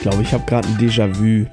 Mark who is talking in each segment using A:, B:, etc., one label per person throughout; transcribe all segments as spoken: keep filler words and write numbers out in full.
A: glaube, ich habe gerade ein Déjà-vu.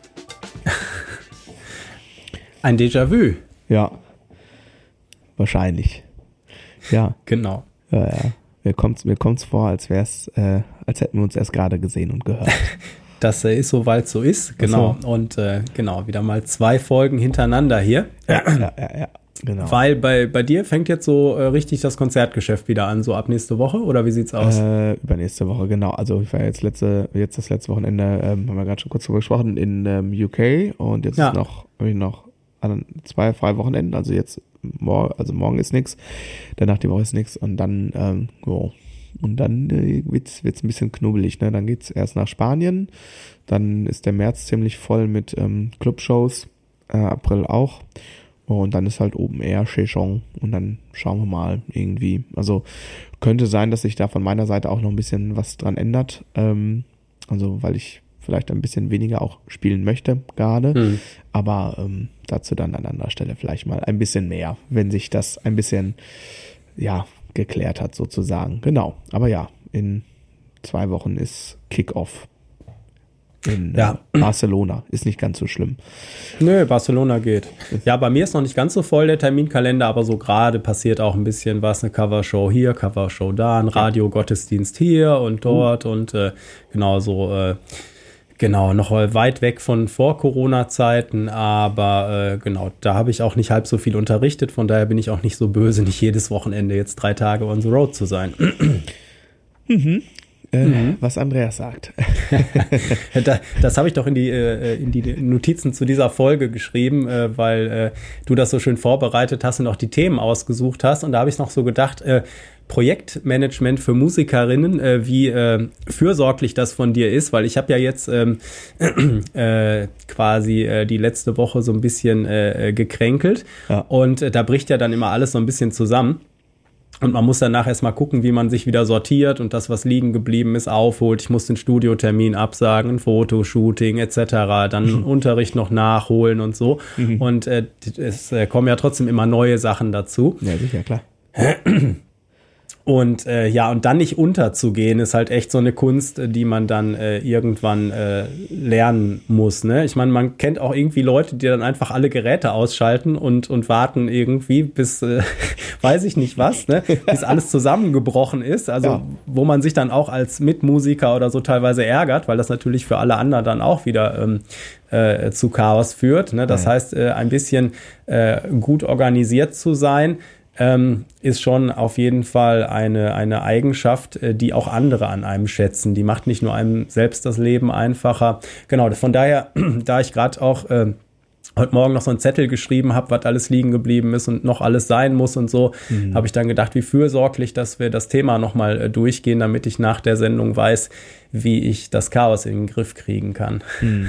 B: Ein Déjà-vu?
A: Ja. Wahrscheinlich. Ja.
B: Genau.
A: Ja, ja. Mir kommt's, mir kommt's vor, als wär's, äh, als hätten wir uns erst gerade gesehen und gehört.
B: Das äh, ist so, weil es so ist. Genau. So. Und äh, genau, wieder mal zwei Folgen hintereinander hier.
A: Ja, ja, ja, ja. Genau.
B: Weil bei, bei dir fängt jetzt so äh, richtig das Konzertgeschäft wieder an, so ab nächste Woche, oder wie sieht's aus?
A: Äh, übernächste Woche, genau. Also ich war jetzt letzte, jetzt das letzte Wochenende, ähm, haben wir gerade schon kurz drüber gesprochen, in ähm, U K und jetzt
B: Ja.
A: ist noch, habe ich noch zwei freie Wochenenden, also jetzt morgen, also morgen ist nix, danach die Woche ist nix und dann, ähm, jo. Und dann äh, wird's, wird's ein bisschen knubbelig, ne? Dann geht's erst nach Spanien, dann ist der März ziemlich voll mit ähm, Clubshows, äh, April auch. Und dann ist halt oben eher Saison und dann schauen wir mal irgendwie. Also könnte sein, dass sich da von meiner Seite auch noch ein bisschen was dran ändert. Ähm, also weil ich vielleicht ein bisschen weniger auch spielen möchte gerade. Mhm. Aber ähm, dazu dann an anderer Stelle vielleicht mal ein bisschen mehr, wenn sich das ein bisschen ja geklärt hat sozusagen. Genau. Aber ja, in zwei Wochen ist Kick-Off. In
B: ja.
A: äh, Barcelona. Ist nicht ganz so schlimm.
B: Nö, Barcelona geht. Ja, bei mir ist noch nicht ganz so voll der Terminkalender, aber so gerade passiert auch ein bisschen was. Eine Covershow hier, Covershow da, ein Radio-Gottesdienst hier und dort. Uh. Und äh, genau so, äh, genau, noch weit weg von Vor-Corona-Zeiten. Aber äh, genau, da habe ich auch nicht halb so viel unterrichtet. Von daher bin ich auch nicht so böse, nicht jedes Wochenende jetzt drei Tage on the road zu sein.
A: Mhm. Äh, mhm. Was Andreas sagt.
B: das das habe ich doch in die, äh, in die Notizen zu dieser Folge geschrieben, äh, weil äh, du das so schön vorbereitet hast und auch die Themen ausgesucht hast. Und da habe ich noch so gedacht, äh, Projektmanagement für Musikerinnen, äh, wie äh, fürsorglich das von dir ist, weil ich habe ja jetzt ähm, äh, quasi äh, die letzte Woche so ein bisschen äh, gekränkelt. Ja. Und äh, da bricht ja dann immer alles so ein bisschen zusammen. Und man muss danach erstmal gucken, wie man sich wieder sortiert und das, was liegen geblieben ist, aufholt. Ich muss den Studiotermin absagen, ein Fotoshooting et cetera, dann mhm. Unterricht noch nachholen und so. Mhm. Und äh, es äh, kommen ja trotzdem immer neue Sachen dazu.
A: Ja, sicher, klar.
B: Und äh, ja, und dann nicht unterzugehen, ist halt echt so eine Kunst, die man dann äh, irgendwann äh, lernen muss. Ne? Ich meine, man kennt auch irgendwie Leute, die dann einfach alle Geräte ausschalten und und warten irgendwie, bis, äh, weiß ich nicht was, ne? bis alles zusammengebrochen ist. Also ja. wo man sich dann auch als Mitmusiker oder so teilweise ärgert, weil das natürlich für alle anderen dann auch wieder ähm, äh, zu Chaos führt. Ne? Das ja. heißt, äh, ein bisschen äh, gut organisiert zu sein, Ähm, ist schon auf jeden Fall eine, eine Eigenschaft, äh, die auch andere an einem schätzen. Die macht nicht nur einem selbst das Leben einfacher. Genau, von daher, da ich gerade auch äh, heute Morgen noch so einen Zettel geschrieben habe, was alles liegen geblieben ist und noch alles sein muss und so, mhm. habe ich dann gedacht, wie fürsorglich, dass wir das Thema nochmal äh, durchgehen, damit ich nach der Sendung weiß, wie ich das Chaos in den Griff kriegen kann.
A: Mhm.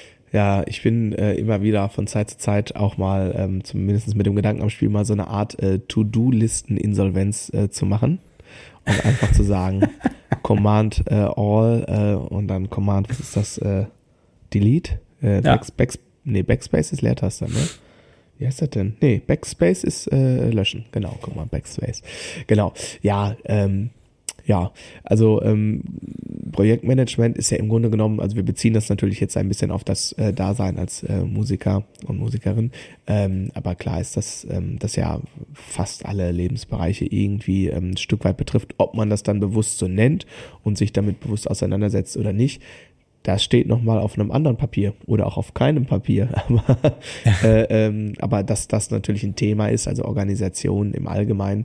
A: Ja, ich bin äh, immer wieder von Zeit zu Zeit auch mal, ähm, zumindest mit dem Gedanken am Spiel, mal so eine Art äh, To-Do-Listen-Insolvenz äh, zu machen und einfach zu sagen, Command äh, All äh, und dann Command, was ist das, äh, Delete? Äh,
B: ja.
A: Back, Back, nee, Backspace ist Leertaste, ne? Wie heißt das denn? Nee, Backspace ist äh, löschen, genau, Command Backspace. Genau, ja, ähm, Ja, also ähm, Projektmanagement ist ja im Grunde genommen, also wir beziehen das natürlich jetzt ein bisschen auf das äh, Dasein als äh, Musiker und Musikerin, ähm, aber klar ist, dass ähm, das ja fast alle Lebensbereiche irgendwie ähm, ein Stück weit betrifft, ob man das dann bewusst so nennt und sich damit bewusst auseinandersetzt oder nicht. Das steht nochmal auf einem anderen Papier oder auch auf keinem Papier. Aber, äh, ähm, aber dass das natürlich ein Thema ist, also Organisation im Allgemeinen.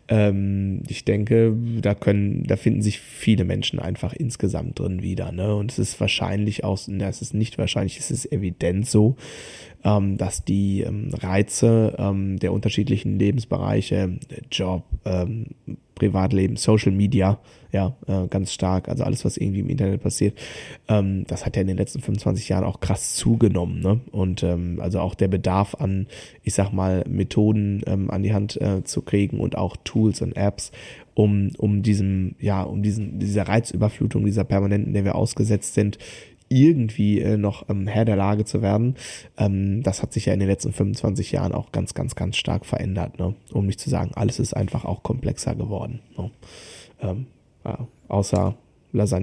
A: Ähm, ich denke, da können, da finden sich viele Menschen einfach insgesamt drin wieder. Ne? Und es ist wahrscheinlich auch, ne, es ist nicht wahrscheinlich, es ist evident so, ähm, dass die ähm, Reize ähm, der unterschiedlichen Lebensbereiche, Job, ähm, Privatleben, Social Media, ja, äh, ganz stark, also alles, was irgendwie im Internet passiert, ähm, das hat ja in den letzten fünfundzwanzig Jahren auch krass zugenommen, ne? Und ähm, also auch der Bedarf an, ich sag mal, Methoden ähm, an die Hand äh, zu kriegen und auch Tools und Apps, um um diesem, ja, um diesen dieser Reizüberflutung, dieser permanenten, der wir ausgesetzt sind, irgendwie äh, noch ähm, Herr der Lage zu werden. Ähm, das hat sich ja in den letzten fünfundzwanzig Jahren auch ganz, ganz, ganz stark verändert, ne? Um nicht zu sagen, alles ist einfach auch komplexer geworden. Ne? Ähm, ja, außer Lasagne.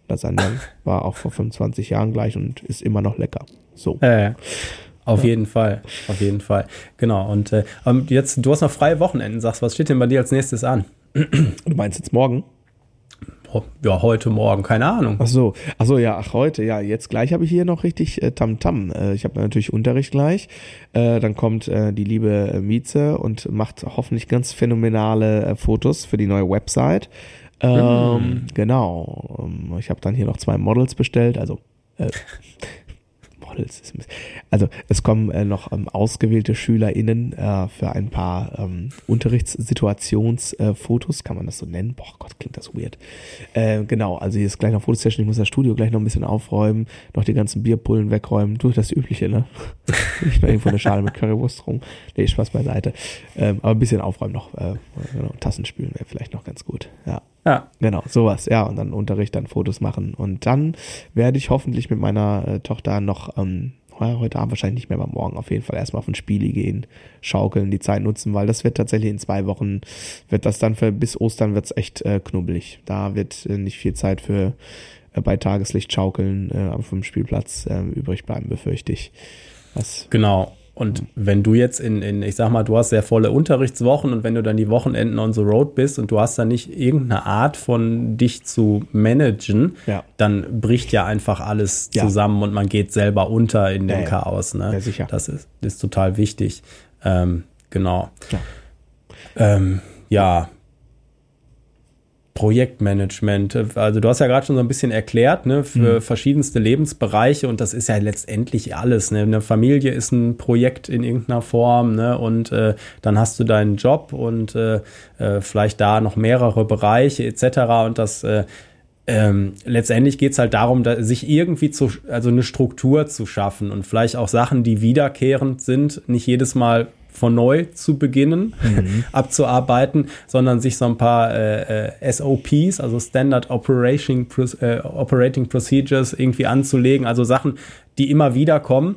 A: Lasagne war auch vor fünfundzwanzig Jahren gleich und ist immer noch lecker. So.
B: Äh, auf ja. jeden Fall, auf jeden Fall. Genau, und äh, jetzt, du hast noch freie Wochenenden, sagst, was steht denn bei dir als nächstes an?
A: Du meinst jetzt morgen?
B: Ja, heute, morgen, keine Ahnung.
A: Ach so, ach so, ja, ach heute, ja, jetzt gleich habe ich hier noch richtig äh, Tamtam. Äh, ich habe natürlich Unterricht gleich. Äh, dann kommt äh, die liebe äh, Mieze und macht hoffentlich ganz phänomenale äh, Fotos für die neue Website. Ähm, mhm. Genau. Ähm, ich habe dann hier noch zwei Models bestellt, also äh, Models. Ist ein bisschen, also es kommen äh, noch ähm, ausgewählte SchülerInnen äh, für ein paar ähm, Unterrichtssituationsfotos, äh, kann man das so nennen? Boah Gott, klingt das weird. Äh, genau, also hier ist gleich noch Fotosession, ich muss das Studio gleich noch ein bisschen aufräumen, noch die ganzen Bierpullen wegräumen, du, das Übliche, ne? Nicht nur irgendwo eine Schale mit Currywurst rum. Nee, Spaß beiseite. Ähm, aber ein bisschen aufräumen noch, äh, genau, Tassen spülen wäre vielleicht noch ganz gut, ja.
B: Ja.
A: Genau, sowas, ja, und dann Unterricht, dann Fotos machen und dann werde ich hoffentlich mit meiner äh, Tochter noch, ähm, heute Abend wahrscheinlich nicht mehr, aber morgen auf jeden Fall erstmal auf ein Spieli gehen, schaukeln, die Zeit nutzen, weil das wird tatsächlich in zwei Wochen, wird das dann für, bis Ostern wird's echt äh, knubbelig. Da wird äh, nicht viel Zeit für äh, bei Tageslicht schaukeln äh, auf dem Spielplatz äh, übrig bleiben, befürchte ich. Was,
B: genau. Und wenn du jetzt in, in, ich sag mal, du hast sehr volle Unterrichtswochen und wenn du dann die Wochenenden on the road bist und du hast dann nicht irgendeine Art von dich zu managen,
A: ja.
B: dann bricht ja einfach alles
A: ja.
B: zusammen und man geht selber unter in dem
A: ja, ja.
B: Chaos. Ne?
A: Ja, sicher.
B: Das ist, ist total wichtig. Ähm, genau.
A: Ja.
B: Ähm, ja. Projektmanagement, also du hast ja gerade schon so ein bisschen erklärt, ne, für mhm. verschiedenste Lebensbereiche und das ist ja letztendlich alles, ne, eine Familie ist ein Projekt in irgendeiner Form, ne, und äh, dann hast du deinen Job und äh, äh, vielleicht da noch mehrere Bereiche et cetera und das äh, ähm, letztendlich geht's halt darum, da, sich irgendwie zu, also eine Struktur zu schaffen und vielleicht auch Sachen, die wiederkehrend sind, nicht jedes Mal von neu zu beginnen, mhm. abzuarbeiten, sondern sich so ein paar äh, S O Ps, also Standard Operating, äh, Operating Procedures irgendwie anzulegen, also Sachen, die immer wieder kommen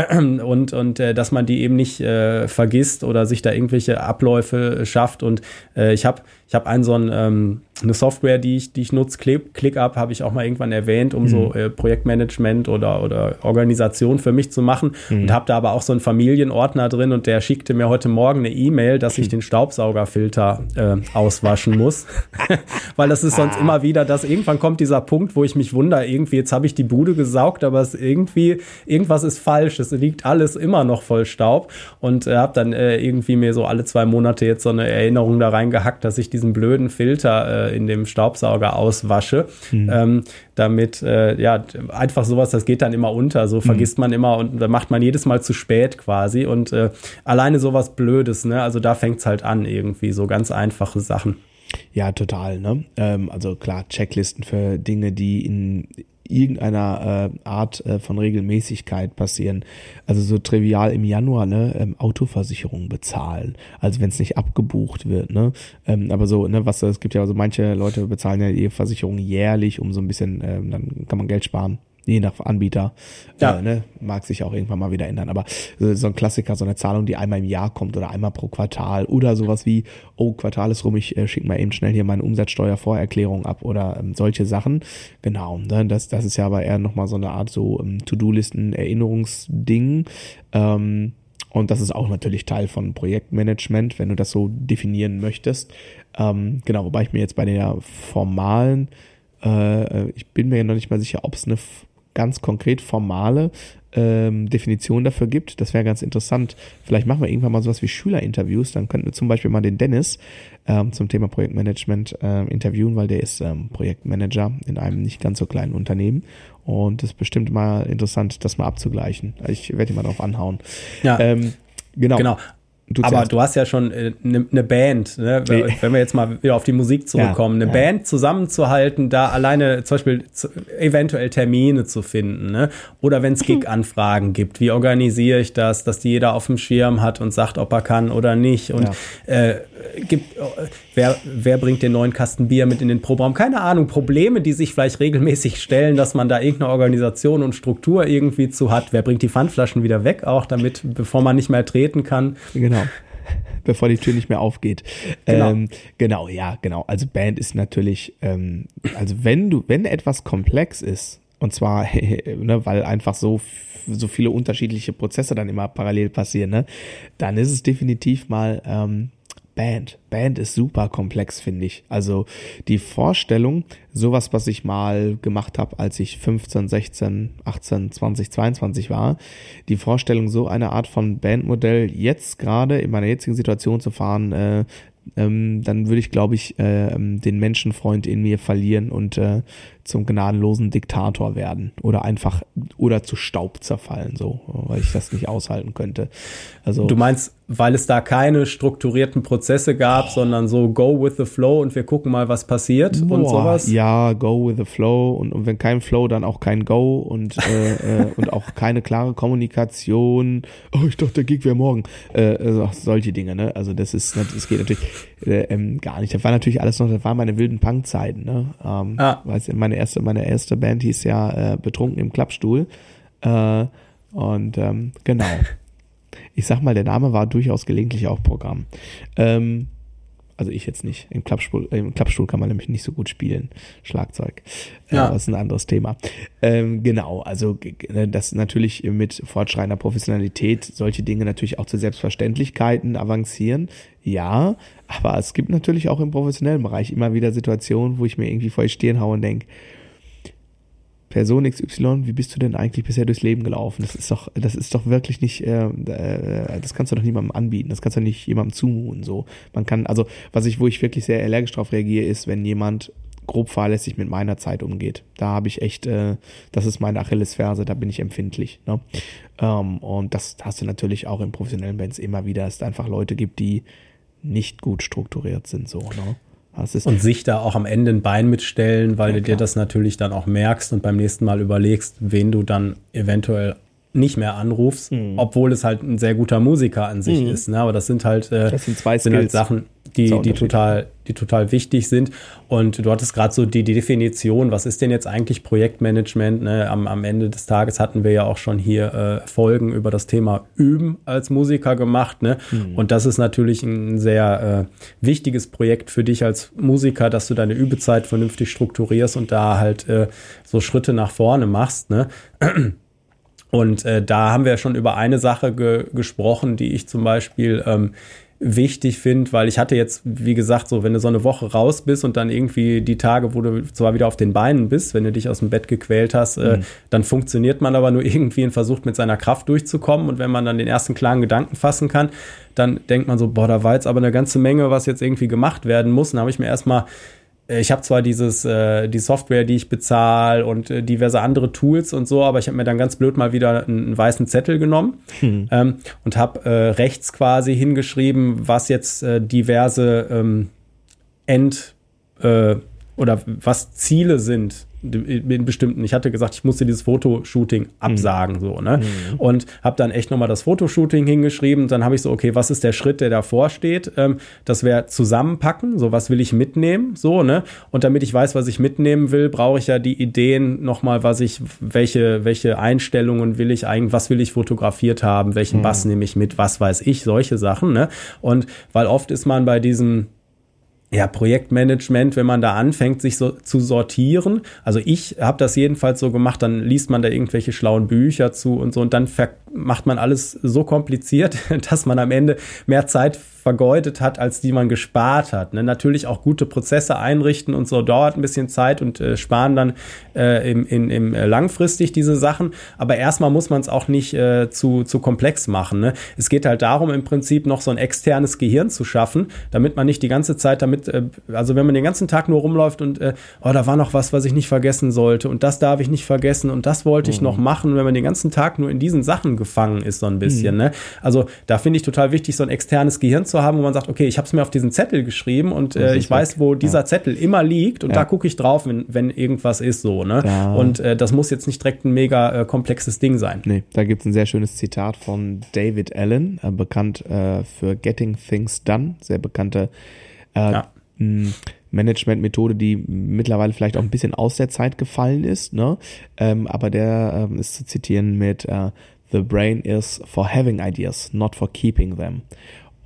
B: und, und äh, dass man die eben nicht äh, vergisst oder sich da irgendwelche Abläufe schafft und äh, ich habe ich habe einen so ein, ähm, eine Software, die ich die ich nutze, Click, ClickUp, habe ich auch mal irgendwann erwähnt, um mhm. so äh, Projektmanagement oder oder Organisation für mich zu machen mhm. und habe da aber auch so einen Familienordner drin und der schickte mir heute Morgen eine E-Mail, dass ich den Staubsaugerfilter äh, auswaschen muss, weil das ist sonst ah. immer wieder, dass irgendwann kommt dieser Punkt, wo ich mich wundere, irgendwie jetzt habe ich die Bude gesaugt, aber es irgendwie irgendwas ist falsch, es liegt alles immer noch voll Staub und äh, habe dann äh, irgendwie mir so alle zwei Monate jetzt so eine Erinnerung da reingehackt, dass ich diesen blöden Filter äh, in dem Staubsauger auswasche, mhm. ähm, damit, äh, ja, einfach sowas, das geht dann immer unter, so mhm. vergisst man immer und da macht man jedes Mal zu spät quasi und äh, alleine sowas Blödes, ne, also da fängt's halt an irgendwie, so ganz einfache Sachen.
A: Ja, total, ne, ähm, also klar, Checklisten für Dinge, die in irgendeiner äh, Art äh, von Regelmäßigkeit passieren. Also so trivial im Januar, ne, ähm, Autoversicherung bezahlen. Also wenn es nicht abgebucht wird, ne. Ähm, aber so, ne, was es gibt ja, also manche Leute bezahlen ja ihre Versicherung jährlich, um so ein bisschen, ähm, dann kann man Geld sparen. Je nach Anbieter, ja. äh, ne, mag sich auch irgendwann mal wieder ändern. Aber äh, so ein Klassiker, so eine Zahlung, die einmal im Jahr kommt oder einmal pro Quartal oder sowas wie, oh, Quartal ist rum, ich äh, schicke mal eben schnell hier meine Umsatzsteuervorerklärung ab oder ähm, solche Sachen. Genau, ne, das, das ist ja aber eher nochmal so eine Art so ähm, To-Do-Listen, Erinnerungsding. Ähm, und das ist auch natürlich Teil von Projektmanagement, wenn du das so definieren möchtest. Ähm, genau, wobei ich mir jetzt bei der formalen, äh, ich bin mir ja noch nicht mal sicher, ob es eine ganz konkret formale ähm, Definition dafür gibt. Das wäre ganz interessant. Vielleicht machen wir irgendwann mal sowas wie Schülerinterviews. Dann könnten wir zum Beispiel mal den Dennis ähm, zum Thema Projektmanagement äh, interviewen, weil der ist ähm, Projektmanager in einem nicht ganz so kleinen Unternehmen. Und das ist bestimmt mal interessant, das mal abzugleichen. Ich werde ihn mal drauf anhauen.
B: Ja,
A: ähm, genau.
B: genau. Du aber du hast ja schon eine äh, ne Band, ne? Nee. Wenn wir jetzt mal wieder auf die Musik zurückkommen, ja, eine ja. Band zusammenzuhalten, da alleine zum Beispiel zu, eventuell Termine zu finden, ne? Oder wenn es Gig-Anfragen gibt, wie organisiere ich das, dass die jeder auf dem Schirm hat und sagt, ob er kann oder nicht und ja. äh, gibt, wer, wer bringt den neuen Kasten Bier mit in den Proberaum? Keine Ahnung, Probleme, die sich vielleicht regelmäßig stellen, dass man da irgendeine Organisation und Struktur irgendwie zu hat. Wer bringt die Pfandflaschen wieder weg, auch damit, bevor man nicht mehr treten kann?
A: Genau. bevor die Tür nicht mehr aufgeht.
B: Genau.
A: Ähm, genau, ja, genau. Also Band ist natürlich, ähm, also wenn du, wenn etwas komplex ist, und zwar, ne, weil einfach so, so viele unterschiedliche Prozesse dann immer parallel passieren, ne, dann ist es definitiv mal ähm, Band. Band ist super komplex, finde ich. Also die Vorstellung, sowas, was ich mal gemacht habe, als ich fünfzehn, sechzehn, achtzehn, zwanzig, zweiundzwanzig war, die Vorstellung, so eine Art von Bandmodell jetzt gerade in meiner jetzigen Situation zu fahren, äh, ähm, dann würde ich, glaube ich, äh, den Menschenfreund in mir verlieren und äh, zum gnadenlosen Diktator werden oder einfach oder zu Staub zerfallen, so, weil ich das nicht aushalten könnte. Also
B: du meinst, weil es da keine strukturierten Prozesse gab, oh. sondern so go with the flow und wir gucken mal, was passiert
A: Boah,
B: und sowas?
A: Ja, go with the flow und, und wenn kein Flow, dann auch kein Go und äh, äh, und auch keine klare Kommunikation. Oh, ich dachte, der Gig wäre morgen. Äh, also solche Dinge, ne? Also das ist, das geht natürlich äh, ähm, gar nicht. Das war natürlich alles noch, das waren meine wilden Punk-Zeiten, ne? Ähm, ah. Weißt du, meine erste, meine erste Band hieß ja äh, Betrunken im Klappstuhl. Äh, und ähm, genau. Ich sag mal, der Name war durchaus gelegentlich auch Programm. Ähm, also ich jetzt nicht. Im Klappstuhl, im Klappstuhl kann man nämlich nicht so gut spielen. Schlagzeug. Ja. Äh, das ist ein anderes Thema. Ähm, genau, also das natürlich mit fortschreitender Professionalität solche Dinge natürlich auch zu Selbstverständlichkeiten avancieren. Ja, aber es gibt natürlich auch im professionellen Bereich immer wieder Situationen, wo ich mir irgendwie vor die Stirn haue und denke, Person X Y, wie bist du denn eigentlich bisher durchs Leben gelaufen? Das ist doch, das ist doch wirklich nicht, äh, äh, das kannst du doch niemandem anbieten, das kannst du nicht jemandem zumuten, so. Man kann, also, was ich, wo ich wirklich sehr allergisch drauf reagiere, ist, wenn jemand grob fahrlässig mit meiner Zeit umgeht. Da habe ich echt, äh, das ist meine Achillesferse, da bin ich empfindlich, ne? Ähm, und das hast du natürlich auch in professionellen Bands immer wieder, dass es einfach Leute gibt, die nicht gut strukturiert sind, so, ne?
B: Und sich da auch am Ende ein Bein mitstellen, weil
A: ja,
B: du dir das natürlich dann auch merkst und beim nächsten Mal überlegst, wen du dann eventuell nicht mehr anrufst, mhm. obwohl es halt ein sehr guter Musiker an sich mhm. ist. Ne? Aber das sind halt, äh,
A: das sind zwei
B: sind halt Sachen, die, die, total, die total wichtig sind. Und du hattest gerade so die, die Definition, was ist denn jetzt eigentlich Projektmanagement? Ne? Am, am Ende des Tages hatten wir ja auch schon hier äh, Folgen über das Thema Üben als Musiker gemacht. Ne? Mhm. Und das ist natürlich ein sehr äh, wichtiges Projekt für dich als Musiker, dass du deine Übezeit vernünftig strukturierst und da halt äh, so Schritte nach vorne machst. Ne? Und äh, da haben wir ja schon über eine Sache ge- gesprochen, die ich zum Beispiel ähm, wichtig finde, weil ich hatte jetzt, wie gesagt, so, wenn du so eine Woche raus bist und dann irgendwie die Tage, wo du zwar wieder auf den Beinen bist, wenn du dich aus dem Bett gequält hast, mhm. äh, dann funktioniert man aber nur irgendwie und versucht mit seiner Kraft durchzukommen. Und wenn man dann den ersten klaren Gedanken fassen kann, dann denkt man so, boah, da war jetzt aber eine ganze Menge, was jetzt irgendwie gemacht werden muss. Und dann habe ich mir erstmal Ich habe zwar dieses äh, die Software, die ich bezahle und äh, diverse andere Tools und so, aber ich habe mir dann ganz blöd mal wieder einen, einen weißen Zettel genommen hm. ähm, und habe äh, rechts quasi hingeschrieben, was jetzt äh, diverse ähm, End- äh, oder was Ziele sind in bestimmten. Ich hatte gesagt, ich musste dieses Fotoshooting absagen, mhm. so, ne? Mhm. Und habe dann echt nochmal das Fotoshooting hingeschrieben. Dann habe ich so, okay, was ist der Schritt, der davor steht? Ähm, das wäre zusammenpacken, so, was will ich mitnehmen, so, ne? Und damit ich weiß, was ich mitnehmen will, brauche ich ja die Ideen nochmal, was ich, welche, welche Einstellungen will ich eigentlich, was will ich fotografiert haben, welchen mhm. Bass nehme ich mit, was weiß ich, solche Sachen, ne? Und weil oft ist man bei diesem Ja, Projektmanagement, wenn man da anfängt, sich so zu sortieren. Also ich habe das jedenfalls so gemacht, dann liest man da irgendwelche schlauen Bücher zu und so und dann ver- macht man alles so kompliziert, dass man am Ende mehr Zeit vergeudet hat, als die man gespart hat. Ne? Natürlich auch gute Prozesse einrichten und so dauert ein bisschen Zeit und äh, sparen dann äh, im, in, im äh, langfristig diese Sachen. Aber erstmal muss man es auch nicht äh, zu, zu komplex machen. Ne? Es geht halt darum, im Prinzip noch so ein externes Gehirn zu schaffen, damit man nicht die ganze Zeit damit, äh, also wenn man den ganzen Tag nur rumläuft und äh, oh, da war noch was, was ich nicht vergessen sollte und das darf ich nicht vergessen und das wollte ich mhm. noch machen. Und wenn man den ganzen Tag nur in diesen Sachen gefangen ist, so ein bisschen. Mhm. Ne? Also da finde ich total wichtig, so ein externes Gehirn zu haben, wo man sagt, okay, ich habe es mir auf diesen Zettel geschrieben und äh, ich weiß, weg. wo dieser ja. Zettel immer liegt und ja. da gucke ich drauf, wenn, wenn irgendwas ist so. Ne? Ja. Und äh, das muss jetzt nicht direkt ein mega äh, komplexes Ding sein.
A: Nee, da gibt es ein sehr schönes Zitat von David Allen, äh, bekannt äh, für Getting Things Done, sehr bekannte äh, ja. Management-Methode, die mittlerweile vielleicht auch ein bisschen aus der Zeit gefallen ist, ne? Ähm, aber der ähm, ist zu zitieren mit äh, The brain is for having ideas, not for keeping them.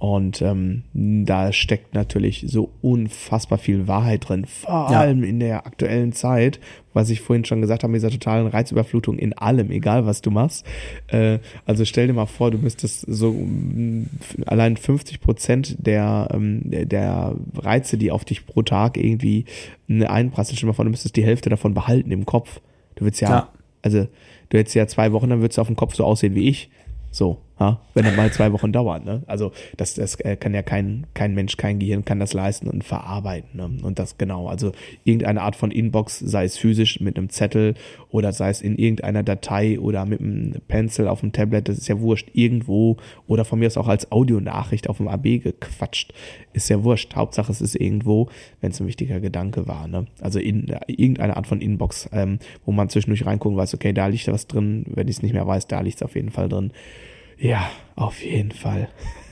A: Und ähm, da steckt natürlich so unfassbar viel Wahrheit drin, vor
B: Ja.
A: allem in der aktuellen Zeit, was ich vorhin schon gesagt habe, mit dieser totalen Reizüberflutung in allem, egal was du machst. Äh, also stell dir mal vor, du müsstest so mh, allein fünfzig Prozent der, ähm, der Reize, die auf dich pro Tag irgendwie eine einprasseln, stell dir mal vor, du müsstest die Hälfte davon behalten im Kopf. Du würdest ja,
B: Ja.
A: also du hättest ja zwei Wochen, dann würdest du auf dem Kopf so aussehen wie ich. So, ha? Wenn das mal zwei Wochen dauert, ne? Also das, das kann ja kein, kein Mensch, kein Gehirn kann das leisten und verarbeiten, ne? Und das genau, also irgendeine Art von Inbox, sei es physisch mit einem Zettel oder sei es in irgendeiner Datei oder mit einem Pencil auf dem Tablet, das ist ja wurscht, irgendwo oder von mir aus auch als Audionachricht auf dem A B gequatscht, ist ja wurscht. Hauptsache es ist irgendwo, wenn es ein wichtiger Gedanke war, ne? Also in irgendeine Art von Inbox, ähm, wo man zwischendurch reingucken weiß, okay, da liegt was drin, wenn ich es nicht mehr weiß, da liegt es auf jeden Fall drin. Ja, auf jeden Fall.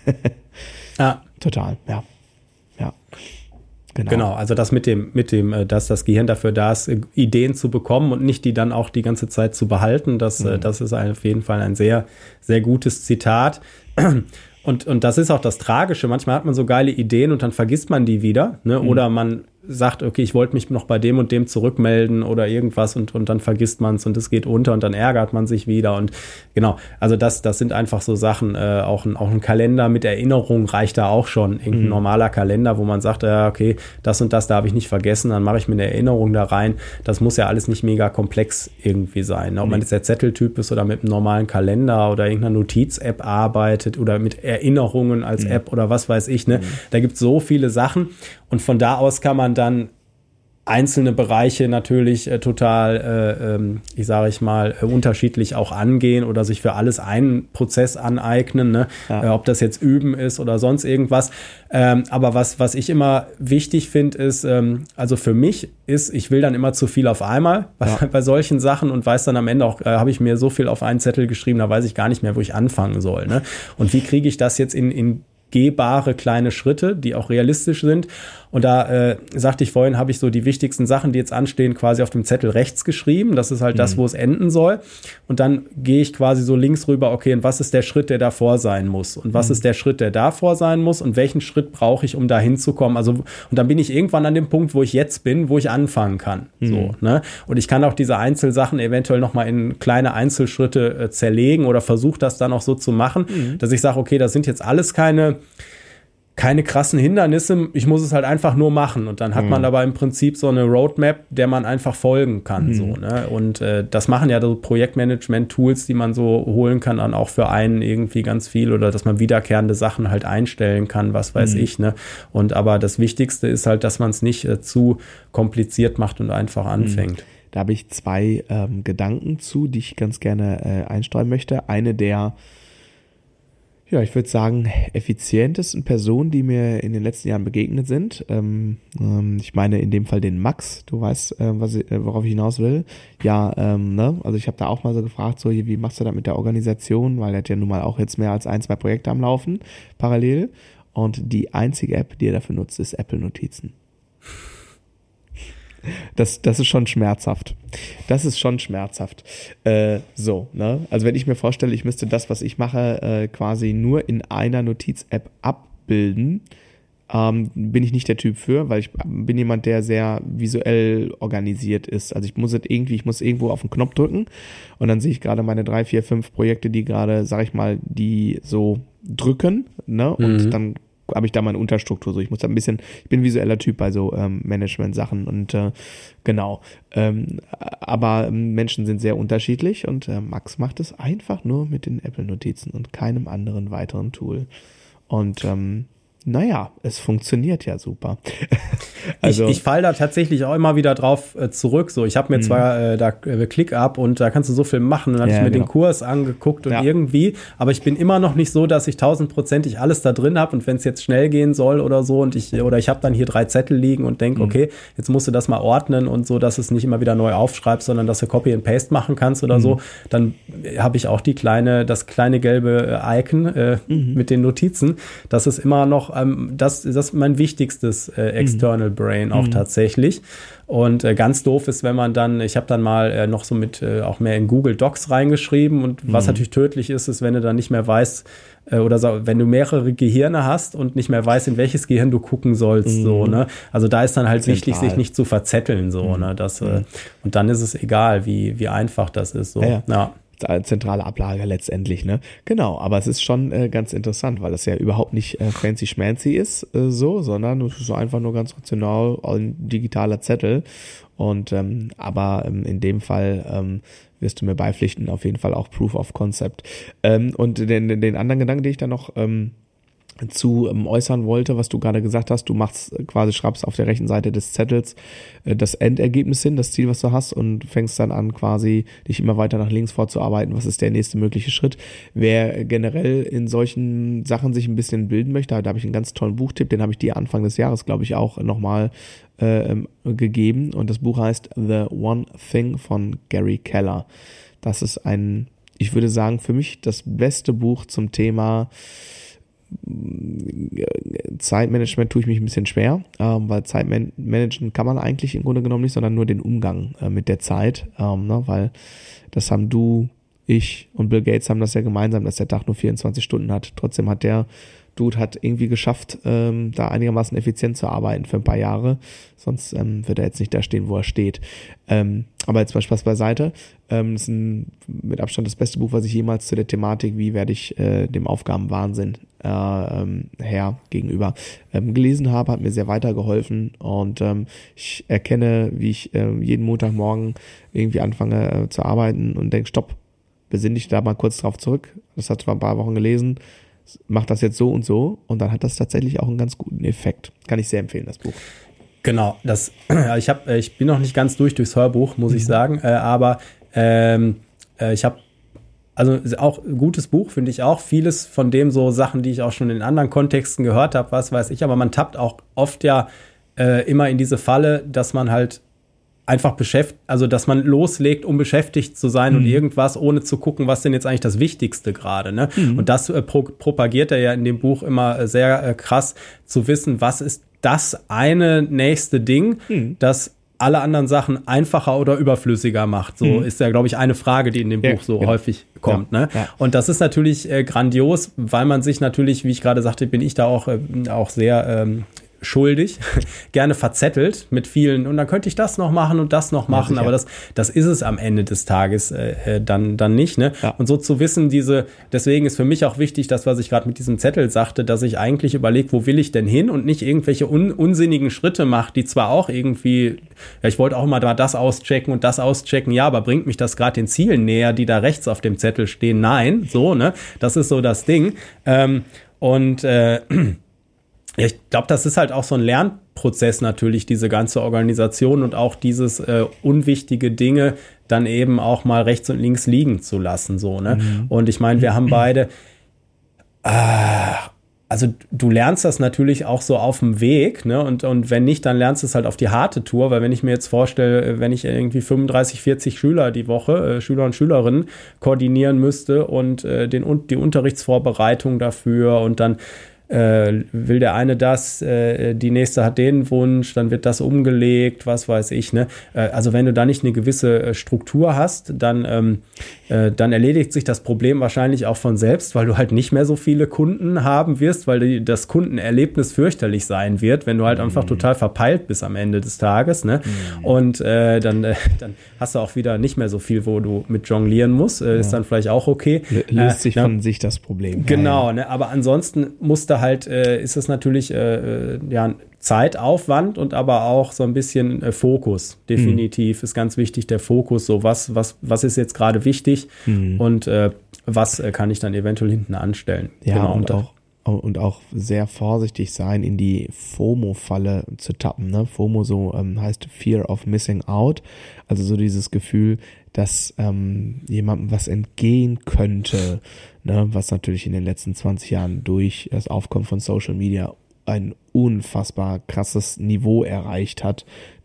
B: Ja.
A: Total, ja. Ja. Genau.
B: Genau, also das mit dem, mit dem, äh, dass das Gehirn dafür da ist, äh, Ideen zu bekommen und nicht die dann auch die ganze Zeit zu behalten, das, mhm. äh, das ist auf jeden Fall ein sehr, sehr gutes Zitat. Und, und das ist auch das Tragische. Manchmal hat man so geile Ideen und dann vergisst man die wieder, ne? Mhm. Oder man sagt, okay, ich wollte mich noch bei dem und dem zurückmelden oder irgendwas und, und dann vergisst man es und es geht unter und dann ärgert man sich wieder und genau, also das, das sind einfach so Sachen, äh, auch, ein, auch ein Kalender mit Erinnerung reicht da auch schon, irgendein mhm. normaler Kalender, wo man sagt, ja, okay, das und das, da habe ich nicht vergessen, dann mache ich mir eine Erinnerung da rein, das muss ja alles nicht mega komplex irgendwie sein, ne? Ob man jetzt der Zetteltyp ist oder mit einem normalen Kalender oder irgendeiner Notiz-App arbeitet oder mit Erinnerungen als mhm. App oder was weiß ich, ne? Mhm. Da gibt es so viele Sachen und von da aus kann man dann einzelne Bereiche natürlich äh, total, äh, ähm, ich sage ich mal, äh, unterschiedlich auch angehen oder sich für alles einen Prozess aneignen, ne? Ja. Äh, ob das jetzt Üben ist oder sonst irgendwas. Ähm, aber was, was ich immer wichtig finde, ist, ähm, also für mich ist, ich will dann immer zu viel auf einmal ja. bei, bei solchen Sachen und weiß dann am Ende auch, äh, habe ich mir so viel auf einen Zettel geschrieben, da weiß ich gar nicht mehr, wo ich anfangen soll, ne? Und wie kriege ich das jetzt in, in gehbare kleine Schritte, die auch realistisch sind. Und da äh, sagte ich vorhin, habe ich so die wichtigsten Sachen, die jetzt anstehen, quasi auf dem Zettel rechts geschrieben. Das ist halt mhm. das, wo es enden soll. Und dann gehe ich quasi so links rüber, okay, und was ist der Schritt, der davor sein muss? Und was mhm. ist der Schritt, der davor sein muss? Und welchen Schritt brauche ich, um da hinzukommen? Also, und dann bin ich irgendwann an dem Punkt, wo ich jetzt bin, wo ich anfangen kann. Mhm. So, ne? Und ich kann auch diese Einzelsachen eventuell nochmal in kleine Einzelschritte äh, zerlegen oder versuche das dann auch so zu machen, mhm. dass ich sage, okay, das sind jetzt alles keine keine krassen Hindernisse, ich muss es halt einfach nur machen und dann hat mhm. man aber im Prinzip so eine Roadmap, der man einfach folgen kann. Mhm. So, ne? Und äh, das machen ja so Projektmanagement-Tools, die man so holen kann, dann auch für einen irgendwie ganz viel oder dass man wiederkehrende Sachen halt einstellen kann, was weiß mhm. ich. Ne? Und aber das Wichtigste ist halt, dass man es nicht äh, zu kompliziert macht und einfach anfängt. Mhm.
A: Da habe ich zwei ähm, Gedanken zu, die ich ganz gerne äh, einstreuen möchte. Eine der Ja, ich würde sagen, effizientesten Personen, die mir in den letzten Jahren begegnet sind. Ähm, ähm, ich meine in dem Fall den Max, du weißt, äh, was ich, äh, worauf ich hinaus will. Ja, ähm, ne? Also ich habe da auch mal so gefragt, so wie machst du das mit der Organisation? Weil er hat ja nun mal auch jetzt mehr als ein, zwei Projekte am Laufen, parallel. Und die einzige App, die er dafür nutzt, ist Apple Notizen. Das, das ist schon schmerzhaft. Das ist schon schmerzhaft. Äh, so, ne? Also wenn ich mir vorstelle, ich müsste das, was ich mache, äh, quasi nur in einer Notiz-App abbilden, ähm, bin ich nicht der Typ für, weil ich bin jemand, der sehr visuell organisiert ist. Also ich muss es irgendwie, ich muss irgendwo auf den Knopf drücken und dann sehe ich gerade meine drei, vier, fünf Projekte, die gerade, sag ich mal, die so drücken, ne? Und mhm. dann habe ich da meine Unterstruktur. So, ich muss da ein bisschen, ich bin ein visueller Typ bei so ähm, Management-Sachen und äh, genau. Ähm, aber Menschen sind sehr unterschiedlich und äh, Max macht es einfach nur mit den Apple-Notizen und keinem anderen weiteren Tool. Und ähm, naja, es funktioniert ja super.
B: Also ich, ich falle da tatsächlich auch immer wieder drauf äh, zurück. So, ich habe mir mhm. zwar äh, da äh, ClickUp und da kannst du so viel machen. Dann habe ja, ich mir genau. den Kurs angeguckt und ja. irgendwie, aber ich bin immer noch nicht so, dass ich tausendprozentig alles da drin habe und wenn es jetzt schnell gehen soll oder so und ich oder ich habe dann hier drei Zettel liegen und denke, mhm. okay, jetzt musst du das mal ordnen und so, dass es nicht immer wieder neu aufschreibst, sondern dass du Copy and Paste machen kannst oder mhm. so. Dann habe ich auch die kleine, das kleine gelbe Icon äh, mhm. mit den Notizen. Das ist immer noch auch, ähm, das, das ist mein wichtigstes äh, External mhm. Brain auch mhm. tatsächlich. Und äh, ganz doof ist, wenn man dann, ich habe dann mal äh, noch so mit äh, auch mehr in Google Docs reingeschrieben und mhm. was natürlich tödlich ist, ist, wenn du dann nicht mehr weißt, äh, oder so, wenn du mehrere Gehirne hast und nicht mehr weißt, in welches Gehirn du gucken sollst, mhm. so, ne? Also da ist dann halt Zentral. wichtig, sich nicht zu verzetteln, so, mhm. ne? Das, äh, und dann ist es egal, wie, wie einfach das ist, so,
A: ja.
B: ja.
A: Zentrale Ablage letztendlich, ne? Genau, aber es ist schon äh, ganz interessant, weil das ja überhaupt nicht äh, fancy schmancy ist, äh, so, sondern es ist einfach nur ganz rational ein digitaler Zettel. Und ähm, aber ähm, in dem Fall ähm, wirst du mir beipflichten, auf jeden Fall auch Proof of Concept. Ähm, und den, den anderen Gedanken, den ich da noch ähm, zu ähm, äußern wollte, was du gerade gesagt hast, du machst quasi, schreibst auf der rechten Seite des Zettels äh, das Endergebnis hin, das Ziel, was du hast, und fängst dann an, quasi dich immer weiter nach links vorzuarbeiten, was ist der nächste mögliche Schritt. Wer generell in solchen Sachen sich ein bisschen bilden möchte, da habe ich einen ganz tollen Buchtipp, den habe ich dir Anfang des Jahres, glaube ich, auch nochmal äh, gegeben, und das Buch heißt The One Thing von Gary Keller. Das ist ein, ich würde sagen, für mich das beste Buch zum Thema Zeitmanagement. Tue ich mich ein bisschen schwer, ähm, weil Zeitmanagen kann man eigentlich im Grunde genommen nicht, sondern nur den Umgang äh, mit der Zeit, ähm, ne, weil das haben du, ich und Bill Gates haben das ja gemeinsam, dass der Tag nur vierundzwanzig Stunden hat. Trotzdem hat der Dude hat irgendwie geschafft, ähm, da einigermaßen effizient zu arbeiten für ein paar Jahre. Sonst ähm, wird er jetzt nicht da stehen, wo er steht. Ähm, aber jetzt mal Spaß beiseite. Ähm, das ist ein, mit Abstand das beste Buch, was ich jemals zu der Thematik, wie werde ich äh, dem Aufgabenwahnsinn äh, ähm, Herr gegenüber ähm, gelesen habe, hat mir sehr weitergeholfen. Und ähm, ich erkenne, wie ich äh, jeden Montagmorgen irgendwie anfange äh, zu arbeiten und denke, stopp, besinn dich da mal kurz drauf zurück. Das hat vor ein paar Wochen gelesen. Mach das jetzt so und so, und dann hat das tatsächlich auch einen ganz guten Effekt. Kann ich sehr empfehlen, das Buch.
B: Genau, das, ich hab, ich bin noch nicht ganz durch durchs Hörbuch, muss mhm. ich sagen, äh, aber ähm, äh, ich habe, also auch ein gutes Buch, finde ich auch. Vieles von dem so Sachen, die ich auch schon in anderen Kontexten gehört habe, was weiß ich, aber man tappt auch oft ja äh, immer in diese Falle, dass man halt einfach beschäftigt, also dass man loslegt, um beschäftigt zu sein mhm. und irgendwas, ohne zu gucken, was denn jetzt eigentlich das Wichtigste gerade, ne? Mhm. Und das äh, pro- propagiert er ja in dem Buch immer äh, sehr äh, krass, zu wissen, was ist das eine nächste Ding, mhm. das alle anderen Sachen einfacher oder überflüssiger macht. So mhm. ist ja, glaube ich, eine Frage, die in dem ja, Buch so genau. häufig kommt. Ja, ne? Ja. Und das ist natürlich äh, grandios, weil man sich natürlich, wie ich gerade sagte, bin ich da auch, äh, auch sehr ähm, schuldig, gerne verzettelt mit vielen, und dann könnte ich das noch machen und das noch machen, ja, aber das, das ist es am Ende des Tages äh, dann, dann nicht. Ne? Ja. Und so zu wissen, diese, deswegen ist für mich auch wichtig, das, was ich gerade mit diesem Zettel sagte, dass ich eigentlich überlege, wo will ich denn hin, und nicht irgendwelche un, unsinnigen Schritte mache, die zwar auch irgendwie, ja, ich wollte auch mal das auschecken und das auschecken, ja, aber bringt mich das gerade den Zielen näher, die da rechts auf dem Zettel stehen? Nein, so, ne? Das ist so das Ding. Ähm, und äh, Ja, ich glaube, das ist halt auch so ein Lernprozess natürlich, diese ganze Organisation, und auch dieses äh, unwichtige Dinge dann eben auch mal rechts und links liegen zu lassen, so, ne? Mhm. Und ich meine, wir haben beide, äh, also du lernst das natürlich auch so auf dem Weg, ne? Und, und wenn nicht, dann lernst du es halt auf die harte Tour, weil wenn ich mir jetzt vorstelle, wenn ich irgendwie fünfunddreißig, vierzig Schüler die Woche, äh, Schüler und Schülerinnen koordinieren müsste und äh, den und die Unterrichtsvorbereitung dafür, und dann Äh, will der eine das, äh, die nächste hat den Wunsch, dann wird das umgelegt, was weiß ich, ne? Äh, also wenn du da nicht eine gewisse äh, Struktur hast, dann, ähm, äh, dann erledigt sich das Problem wahrscheinlich auch von selbst, weil du halt nicht mehr so viele Kunden haben wirst, weil die, das Kundenerlebnis fürchterlich sein wird, wenn du halt mhm. einfach total verpeilt bist am Ende des Tages, ne? Mhm. Und äh, dann, äh, dann hast du auch wieder nicht mehr so viel, wo du mit jonglieren musst, äh, ja. Ist dann vielleicht auch okay.
A: L- löst sich äh, von sich das Problem.
B: Genau, ja. Ne? Aber ansonsten musst du halt, äh, ist es natürlich äh, ja, Zeitaufwand und aber auch so ein bisschen äh, Fokus. Definitiv mhm. ist ganz wichtig der Fokus. So, was, was, was ist jetzt gerade wichtig mhm. und äh, was äh, kann ich dann eventuell hinten anstellen.
A: Ja,
B: genau,
A: und, und auch und auch sehr vorsichtig sein, in die FOMO-Falle zu tappen. Ne? FOMO so ähm, heißt Fear of Missing Out. Also so dieses Gefühl, dass ähm, jemandem was entgehen könnte, ne? Was natürlich in den letzten zwanzig Jahren durch das Aufkommen von Social Media ein unfassbar krasses Niveau erreicht hat.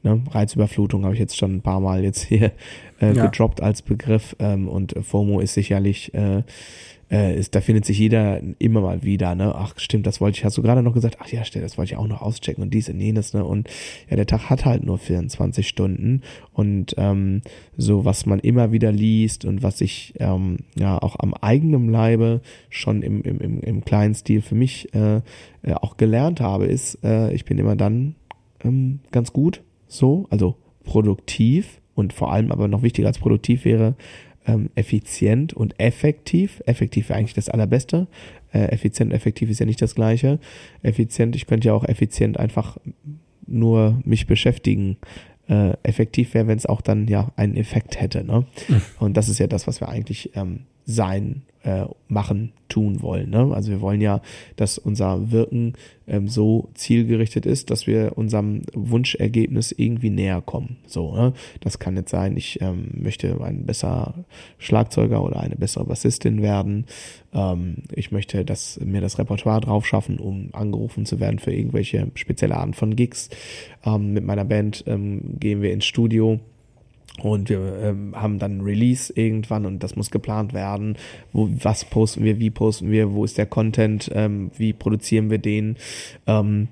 A: Ne? Reizüberflutung habe ich jetzt schon ein paar Mal jetzt hier äh,
B: Ja.
A: gedroppt als Begriff ähm, und FOMO ist sicherlich, äh, äh, ist, da findet sich jeder immer mal wieder, ne? Ach stimmt, das wollte ich, hast du gerade noch gesagt, ach ja, stimmt, das wollte ich auch noch auschecken und dies und jenes, ne? Und ja, der Tag hat halt nur vierundzwanzig Stunden und ähm, so, was man immer wieder liest und was ich ähm, ja auch am eigenen Leibe schon im, im, im, im kleinen Stil für mich äh, äh, auch gelernt habe, ist, äh, ich bin immer dann ähm, ganz gut so, also produktiv und vor allem aber noch wichtiger als produktiv wäre, ähm, effizient und effektiv. Effektiv wäre eigentlich das Allerbeste. Äh, effizient und effektiv ist ja nicht das Gleiche. Effizient, ich könnte ja auch effizient einfach nur mich beschäftigen. Äh, effektiv wäre, wenn es auch dann ja einen Effekt hätte. Ne? Mhm. Und das ist ja das, was wir eigentlich ähm, sein, äh, machen, tun wollen. Ne? Also wir wollen ja, dass unser Wirken ähm, so zielgerichtet ist, dass wir unserem Wunschergebnis irgendwie näher kommen. So, ne? Das kann jetzt sein, ich ähm, möchte ein besserer Schlagzeuger oder eine bessere Bassistin werden. Ähm, ich möchte, dass mir das Repertoire drauf schaffen, um angerufen zu werden für irgendwelche spezielle Arten von Gigs. Ähm, mit meiner Band ähm, gehen wir ins Studio. Und wir ähm, haben dann ein Release irgendwann und das muss geplant werden. Wo, was posten wir, wie posten wir, wo ist der Content, ähm, wie produzieren wir den, ähm,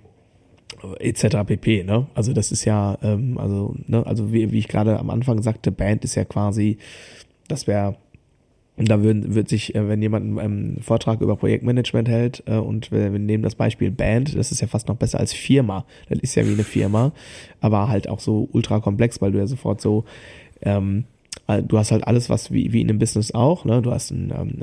A: et cetera pp. Ne? Also das ist ja, ähm, also ne, also wie, wie ich gerade am Anfang sagte, Band ist ja quasi, das wäre, da würden, wird sich, äh, wenn jemand einen ähm, Vortrag über Projektmanagement hält äh, und wir, wir nehmen das Beispiel Band, das ist ja fast noch besser als Firma. Das ist ja wie eine Firma, aber halt auch so ultra komplex, weil du ja sofort so, ähm, du hast halt alles, was wie, wie in einem Business auch, ne? Du hast ein, ähm,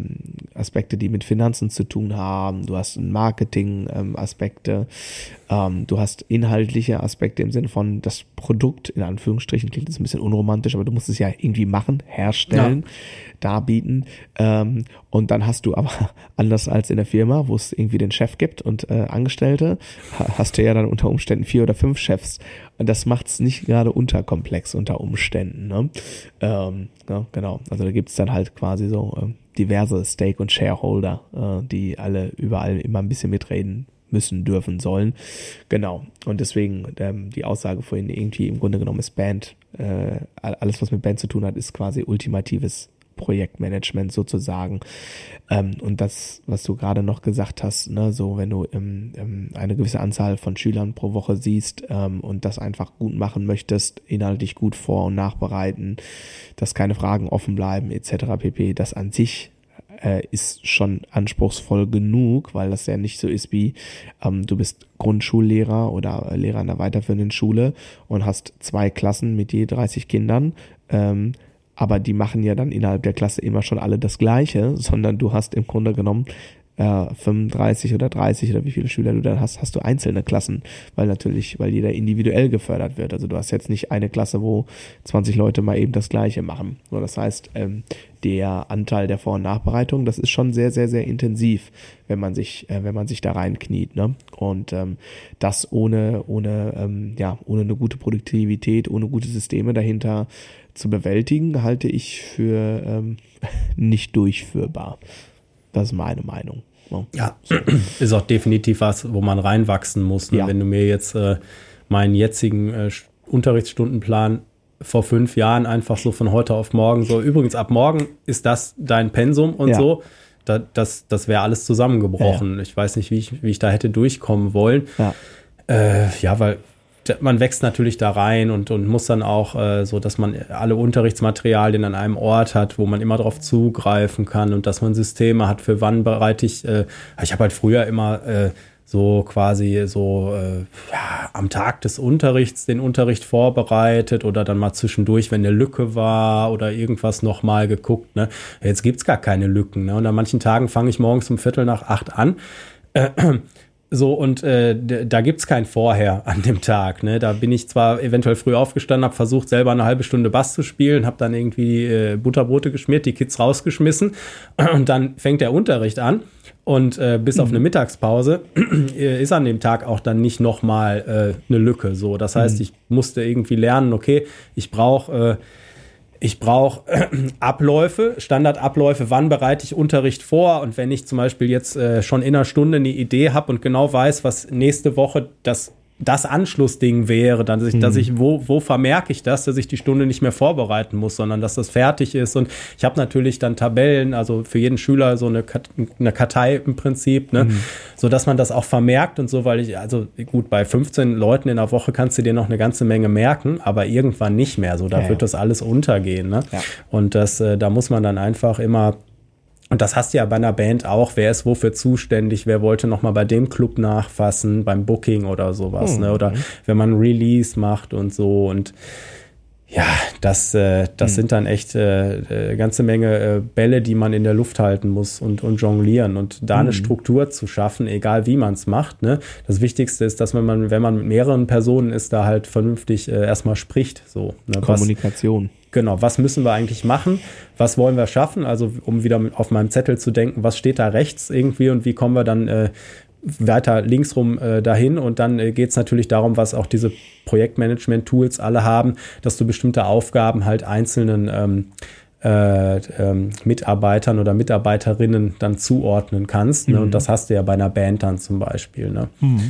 A: äh, Aspekte, die mit Finanzen zu tun haben, du hast Marketing-Aspekte, ähm, du hast inhaltliche Aspekte im Sinne von das Produkt, in Anführungsstrichen, klingt jetzt ein bisschen unromantisch, aber du musst es ja irgendwie machen, herstellen, ja. darbieten, ähm, und dann hast du aber, anders als in der Firma, wo es irgendwie den Chef gibt und äh, Angestellte, hast du ja dann unter Umständen vier oder fünf Chefs und das macht's nicht gerade unterkomplex unter Umständen, ne? Ähm, ja, genau, also da gibt's dann halt quasi so äh, diverse Stake- und Shareholder, äh, die alle überall immer ein bisschen mitreden müssen, dürfen, sollen. Genau. Und deswegen ähm, die Aussage vorhin irgendwie im Grunde genommen ist Band, äh, alles was mit Band zu tun hat, ist quasi ultimatives Projektmanagement sozusagen. Ähm, und das, was du gerade noch gesagt hast, ne, so wenn du ähm, ähm, eine gewisse Anzahl von Schülern pro Woche siehst ähm, und das einfach gut machen möchtest, inhaltlich gut vor- und nachbereiten, dass keine Fragen offen bleiben et cetera pp. Das an sich äh, ist schon anspruchsvoll genug, weil das ja nicht so ist wie ähm, du bist Grundschullehrer oder Lehrer in einer weiterführenden Schule und hast zwei Klassen mit je dreißig Kindern, ähm, aber die machen ja dann innerhalb der Klasse immer schon alle das Gleiche, sondern du hast im Grunde genommen äh, fünfunddreißig oder dreißig oder wie viele Schüler du dann hast, hast du einzelne Klassen, weil natürlich, weil jeder individuell gefördert wird. Also du hast jetzt nicht eine Klasse, wo zwanzig Leute mal eben das Gleiche machen. So, das heißt, ähm, der Anteil der Vor- und Nachbereitung, das ist schon sehr, sehr, sehr intensiv, wenn man sich, äh, wenn man sich da reinkniet, ne? Und ähm, das ohne, ohne, ähm, ja, ohne eine gute Produktivität, ohne gute Systeme dahinter zu bewältigen, halte ich für ähm, nicht durchführbar. Das ist meine Meinung. Ne?
B: Ja, so. Ist auch definitiv was, wo man reinwachsen muss. Ne? Ja. Wenn du mir jetzt äh, meinen jetzigen äh, Unterrichtsstundenplan vor fünf Jahren einfach so von heute auf morgen so, übrigens ab morgen ist das dein Pensum und ja. so, da, das, das wäre alles zusammengebrochen. Ja, ja. Ich weiß nicht, wie ich, wie ich da hätte durchkommen wollen. Ja, äh, ja weil man wächst natürlich da rein und, und muss dann auch äh, so, dass man alle Unterrichtsmaterialien an einem Ort hat, wo man immer drauf zugreifen kann und dass man Systeme hat, für wann bereite ich, äh, ich habe halt früher immer äh, so quasi so äh, ja, am Tag des Unterrichts den Unterricht vorbereitet oder dann mal zwischendurch, wenn eine Lücke war oder irgendwas nochmal geguckt. Ne? Jetzt gibt's gar keine Lücken. Ne? Und an manchen Tagen fange ich morgens um Viertel nach acht an. Äh, So, und äh, da gibt's kein Vorher an dem Tag. Ne? Da bin ich zwar eventuell früh aufgestanden, habe versucht, selber eine halbe Stunde Bass zu spielen, habe dann irgendwie äh, Butterbrote geschmiert, die Kids rausgeschmissen und dann fängt der Unterricht an. Und äh, bis mhm. auf eine Mittagspause ist an dem Tag auch dann nicht nochmal äh, eine Lücke. So, das heißt, mhm. ich musste irgendwie lernen, okay, ich brauche... Äh, Ich brauche äh, Abläufe, Standardabläufe, wann bereite ich Unterricht vor und wenn ich zum Beispiel jetzt äh, schon in einer Stunde eine Idee habe und genau weiß, was nächste Woche das das Anschlussding wäre, dass ich, mhm. dass ich, wo, wo vermerke ich das, dass ich die Stunde nicht mehr vorbereiten muss, sondern dass das fertig ist. Und ich habe natürlich dann Tabellen, also für jeden Schüler so eine, eine Kartei im Prinzip, ne, mhm. so dass man das auch vermerkt und so, weil ich, also gut, bei fünfzehn Leuten in der Woche kannst du dir noch eine ganze Menge merken, aber irgendwann nicht mehr. So, da ja, wird ja. das alles untergehen, ne? Ja. Und das, äh, da muss man dann einfach immer. Und das hast du ja bei einer Band auch, wer ist wofür zuständig, wer wollte nochmal bei dem Club nachfassen, beim Booking oder sowas, hm. ne? Oder wenn man Release macht und so. Und ja, das, äh, das hm. sind dann echt äh, ganze Menge äh, Bälle, die man in der Luft halten muss und, und jonglieren. Und da hm. eine Struktur zu schaffen, egal wie man es macht, ne? Das Wichtigste ist, dass man, wenn man mit mehreren Personen ist, da halt vernünftig äh, erstmal spricht. So, ne?
A: Kommunikation.
B: Was, Genau, was müssen wir eigentlich machen? Was wollen wir schaffen? Also um wieder auf meinem Zettel zu denken, was steht da rechts irgendwie und wie kommen wir dann äh, weiter links rum äh, dahin? Und dann äh, geht es natürlich darum, was auch diese Projektmanagement-Tools alle haben, dass du bestimmte Aufgaben halt einzelnen ähm, äh, ähm, Mitarbeitern oder Mitarbeiterinnen dann zuordnen kannst. Mhm. Ne? Und das hast du ja bei einer Band dann zum Beispiel. Ne?
A: Mhm.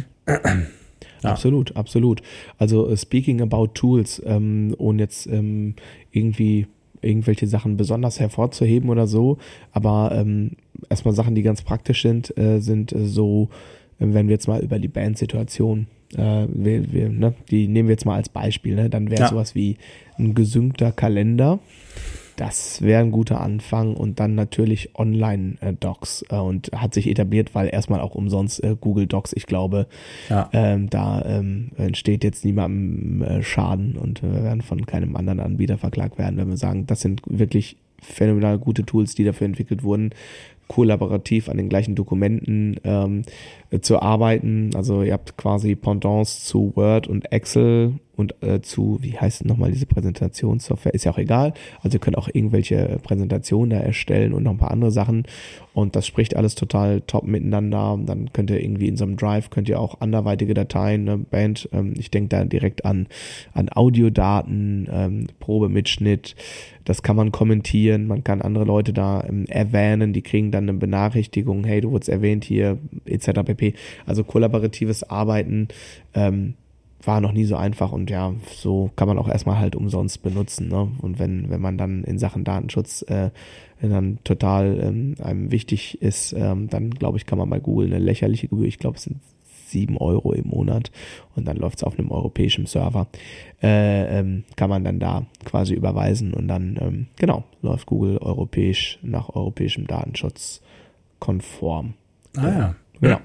A: Ja. Absolut, absolut. Also uh, speaking about tools, ähm, ohne jetzt ähm, irgendwie irgendwelche Sachen besonders hervorzuheben oder so, aber ähm, erstmal Sachen, die ganz praktisch sind, äh, sind äh, so, äh, wenn wir jetzt mal über die Bandsituation, äh, wir, wir, ne, die nehmen wir jetzt mal als Beispiel, ne, dann wäre ja. sowas wie ein gesynkter Kalender. Das wäre ein guter Anfang und dann natürlich Online-Docs äh, und hat sich etabliert, weil erstmal auch umsonst äh, Google Docs, ich glaube, ja. ähm, da ähm, entsteht jetzt niemandem äh, Schaden und wir werden von keinem anderen Anbieter verklagt werden, wenn wir sagen, das sind wirklich phänomenal gute Tools, die dafür entwickelt wurden, kollaborativ an den gleichen Dokumenten ähm, äh, zu arbeiten. Also ihr habt quasi Pendants zu Word und Excel und äh, zu, wie heißt nochmal diese Präsentationssoftware, ist ja auch egal. Also ihr könnt auch irgendwelche Präsentationen da erstellen und noch ein paar andere Sachen und das spricht alles total top miteinander. Dann könnt ihr irgendwie in so einem Drive, könnt ihr auch anderweitige Dateien, ne, Band, ähm, ich denke da direkt an, an Audiodaten, ähm, Probemitschnitt, das kann man kommentieren, man kann andere Leute da ähm, erwähnen, die kriegen dann eine Benachrichtigung, hey, du wurdest erwähnt hier, et cetera pp. Also kollaboratives Arbeiten ähm, war noch nie so einfach und ja, so kann man auch erstmal halt umsonst benutzen, ne? Und wenn wenn man dann in Sachen Datenschutz äh, dann total ähm, einem wichtig ist, ähm, dann glaube ich, kann man bei Google eine lächerliche Gebühr, ich glaube es sind sieben Euro im Monat und dann läuft es auf einem europäischen Server, äh, ähm, kann man dann da quasi überweisen und dann, ähm, genau, läuft Google europäisch nach europäischem Datenschutz konform.
B: Ah ja.
A: Genau.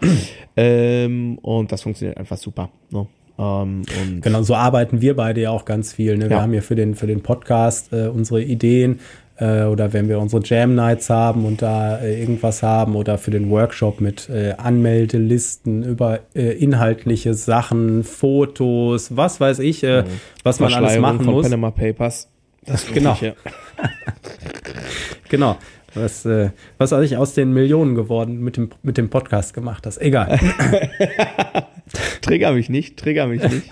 A: ähm, und das funktioniert einfach super, ne? Um, und
B: genau, so arbeiten wir beide ja auch ganz viel. Ne? Wir ja. haben hier für den, für den Podcast äh, unsere Ideen äh, oder wenn wir unsere Jam Nights haben und da äh, irgendwas haben oder für den Workshop mit äh, Anmeldelisten über äh, inhaltliche Sachen, Fotos, was weiß ich, äh, was man alles machen
A: von
B: muss.
A: Panama Papers.
B: Das genau. Ich, ja. Genau. Was, äh, was weiß ich, aus den Millionen geworden mit dem, mit dem Podcast gemacht hast. Egal.
A: Trigger mich nicht, trigger mich nicht.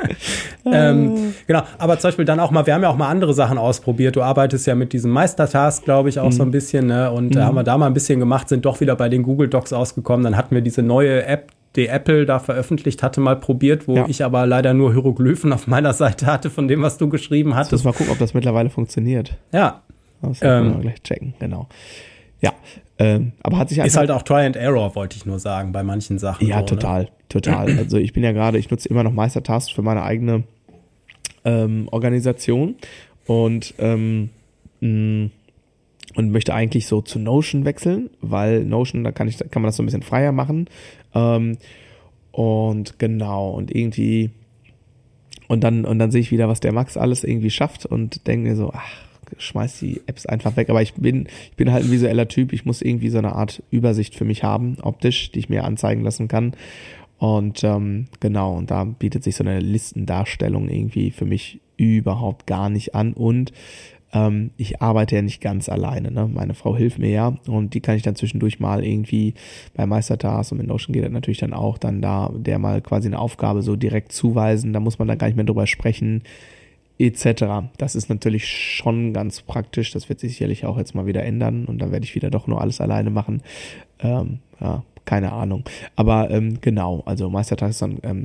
B: ähm, genau, aber zum Beispiel dann auch mal, wir haben ja auch mal andere Sachen ausprobiert. Du arbeitest ja mit diesem Meistertask, glaube ich, auch mhm. so ein bisschen, ne? Und mhm. äh, haben wir da mal ein bisschen gemacht, sind doch wieder bei den Google Docs ausgekommen. Dann hatten wir diese neue App, die Apple da veröffentlicht hatte, mal probiert, wo ja. ich aber leider nur Hieroglyphen auf meiner Seite hatte von dem, was du geschrieben hattest.
A: Lass mal gucken, ob das mittlerweile funktioniert.
B: Ja.
A: Das können ähm, wir gleich checken, genau. Ja, ähm, aber hat sich
B: ist halt auch Try and Error, wollte ich nur sagen, bei manchen Sachen.
A: Ja,
B: so,
A: total,
B: ne?
A: total. Also ich bin ja gerade, ich nutze immer noch Meistertask für meine eigene ähm, Organisation und ähm, mh, und möchte eigentlich so zu Notion wechseln, weil Notion, da kann ich, da kann man das so ein bisschen freier machen. Ähm, und genau, und irgendwie und dann und dann sehe ich wieder, was der Max alles irgendwie schafft und denke mir so, ach, schmeiß die Apps einfach weg, aber ich bin ich bin halt ein visueller Typ, ich muss irgendwie so eine Art Übersicht für mich haben, optisch, die ich mir anzeigen lassen kann und ähm, genau, und da bietet sich so eine Listendarstellung irgendwie für mich überhaupt gar nicht an und ähm, ich arbeite ja nicht ganz alleine, ne? Meine Frau hilft mir ja und die kann ich dann zwischendurch mal irgendwie bei Meistertask und mit Notion geht das natürlich dann auch, dann da der mal quasi eine Aufgabe so direkt zuweisen, da muss man dann gar nicht mehr drüber sprechen. et cetera. Das ist natürlich schon ganz praktisch. Das wird sich sicherlich auch jetzt mal wieder ändern und dann werde ich wieder doch nur alles alleine machen. Ähm, ja, keine Ahnung. Aber ähm, genau, also Meistertask ist so ein ähm,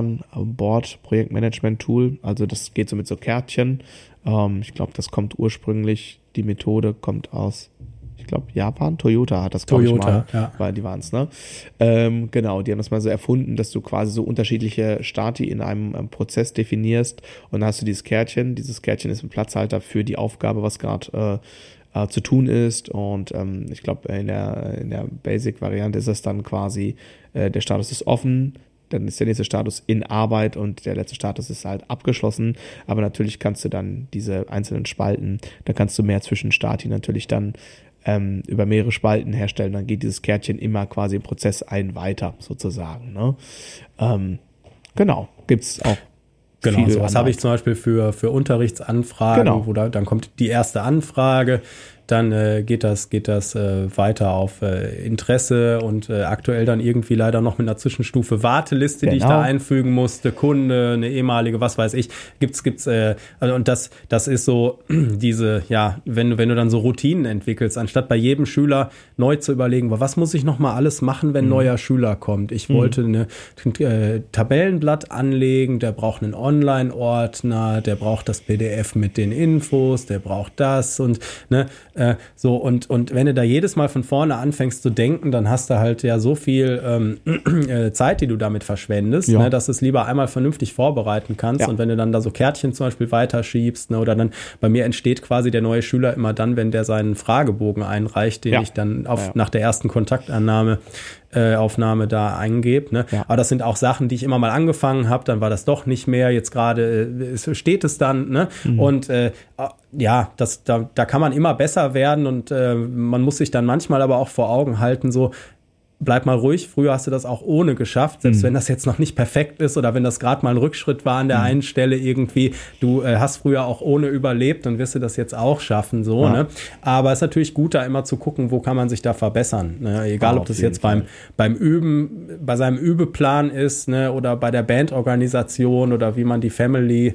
A: Kanban-Board-Projektmanagement-Tool. Also das geht so mit so Kärtchen. Ähm, ich glaube, das kommt ursprünglich, die Methode kommt aus, ich glaube, Japan. Toyota hat das, glaube ich, mal.
B: Ja.
A: Weil die waren es, ne? Ähm, genau, die haben das mal so erfunden, dass du quasi so unterschiedliche Stati in einem ähm, Prozess definierst und dann hast du dieses Kärtchen. Dieses Kärtchen ist ein Platzhalter für die Aufgabe, was gerade äh, äh, zu tun ist. Und ähm, ich glaube, in der, in der Basic-Variante ist es dann quasi, äh, der Status ist offen, dann ist der nächste Status in Arbeit und der letzte Status ist halt abgeschlossen. Aber natürlich kannst du dann diese einzelnen Spalten, da kannst du mehr Zwischenstati natürlich dann ähm, über mehrere Spalten herstellen. Dann geht dieses Kärtchen immer quasi im Prozess ein weiter sozusagen. Ne? Ähm, genau, gibt's auch.
B: Genau, sowas habe ich zum Beispiel für, für Unterrichtsanfragen,
A: Genau.
B: wo da, dann kommt die erste Anfrage, dann äh, geht das, geht das äh, weiter auf äh, Interesse und äh, aktuell dann irgendwie leider noch mit einer Zwischenstufe Warteliste,
A: Genau.
B: die ich da einfügen musste, Kunde, eine ehemalige, was weiß ich, gibt's, gibt's, äh, also und das, das ist so diese, ja, wenn du, wenn du dann so Routinen entwickelst, anstatt bei jedem Schüler neu zu überlegen, was muss ich noch mal alles machen, wenn ein mhm. neuer Schüler kommt? Ich mhm. wollte eine, ein äh, Tabellenblatt anlegen, der braucht einen Online-Ordner, der braucht das P D F mit den Infos, der braucht das und, ne, Äh, so, und, und wenn du da jedes Mal von vorne anfängst zu denken, dann hast du halt ja so viel ähm, äh, Zeit, die du damit verschwendest,
A: ja.
B: ne, dass du es lieber einmal vernünftig vorbereiten kannst. Ja. Und wenn du dann da so Kärtchen zum Beispiel weiterschiebst, ne, oder dann, bei mir entsteht quasi der neue Schüler immer dann, wenn der seinen Fragebogen einreicht, den
A: ja.
B: ich dann auf,
A: ja.
B: nach der ersten Kontaktannahme Äh, Aufnahme da eingebe. Ne?
A: Ja.
B: Aber das sind auch Sachen, die ich immer mal angefangen habe, dann war das doch nicht mehr. Jetzt gerade äh, steht es dann. Ne? Mhm. Und äh, ja, das, da, da kann man immer besser werden und äh, man muss sich dann manchmal aber auch vor Augen halten, so bleib mal ruhig, früher hast du das auch ohne geschafft, selbst mhm. wenn das jetzt noch nicht perfekt ist oder wenn das gerade mal ein Rückschritt war an der mhm. einen Stelle irgendwie, du äh, hast früher auch ohne überlebt, dann wirst du das jetzt auch schaffen, so, ja. ne? Aber es ist natürlich gut, da immer zu gucken, wo kann man sich da verbessern, ne? Egal, ja, ob das jetzt beim, beim Üben, bei seinem Übeplan ist, ne? Oder bei der Bandorganisation oder wie man die Family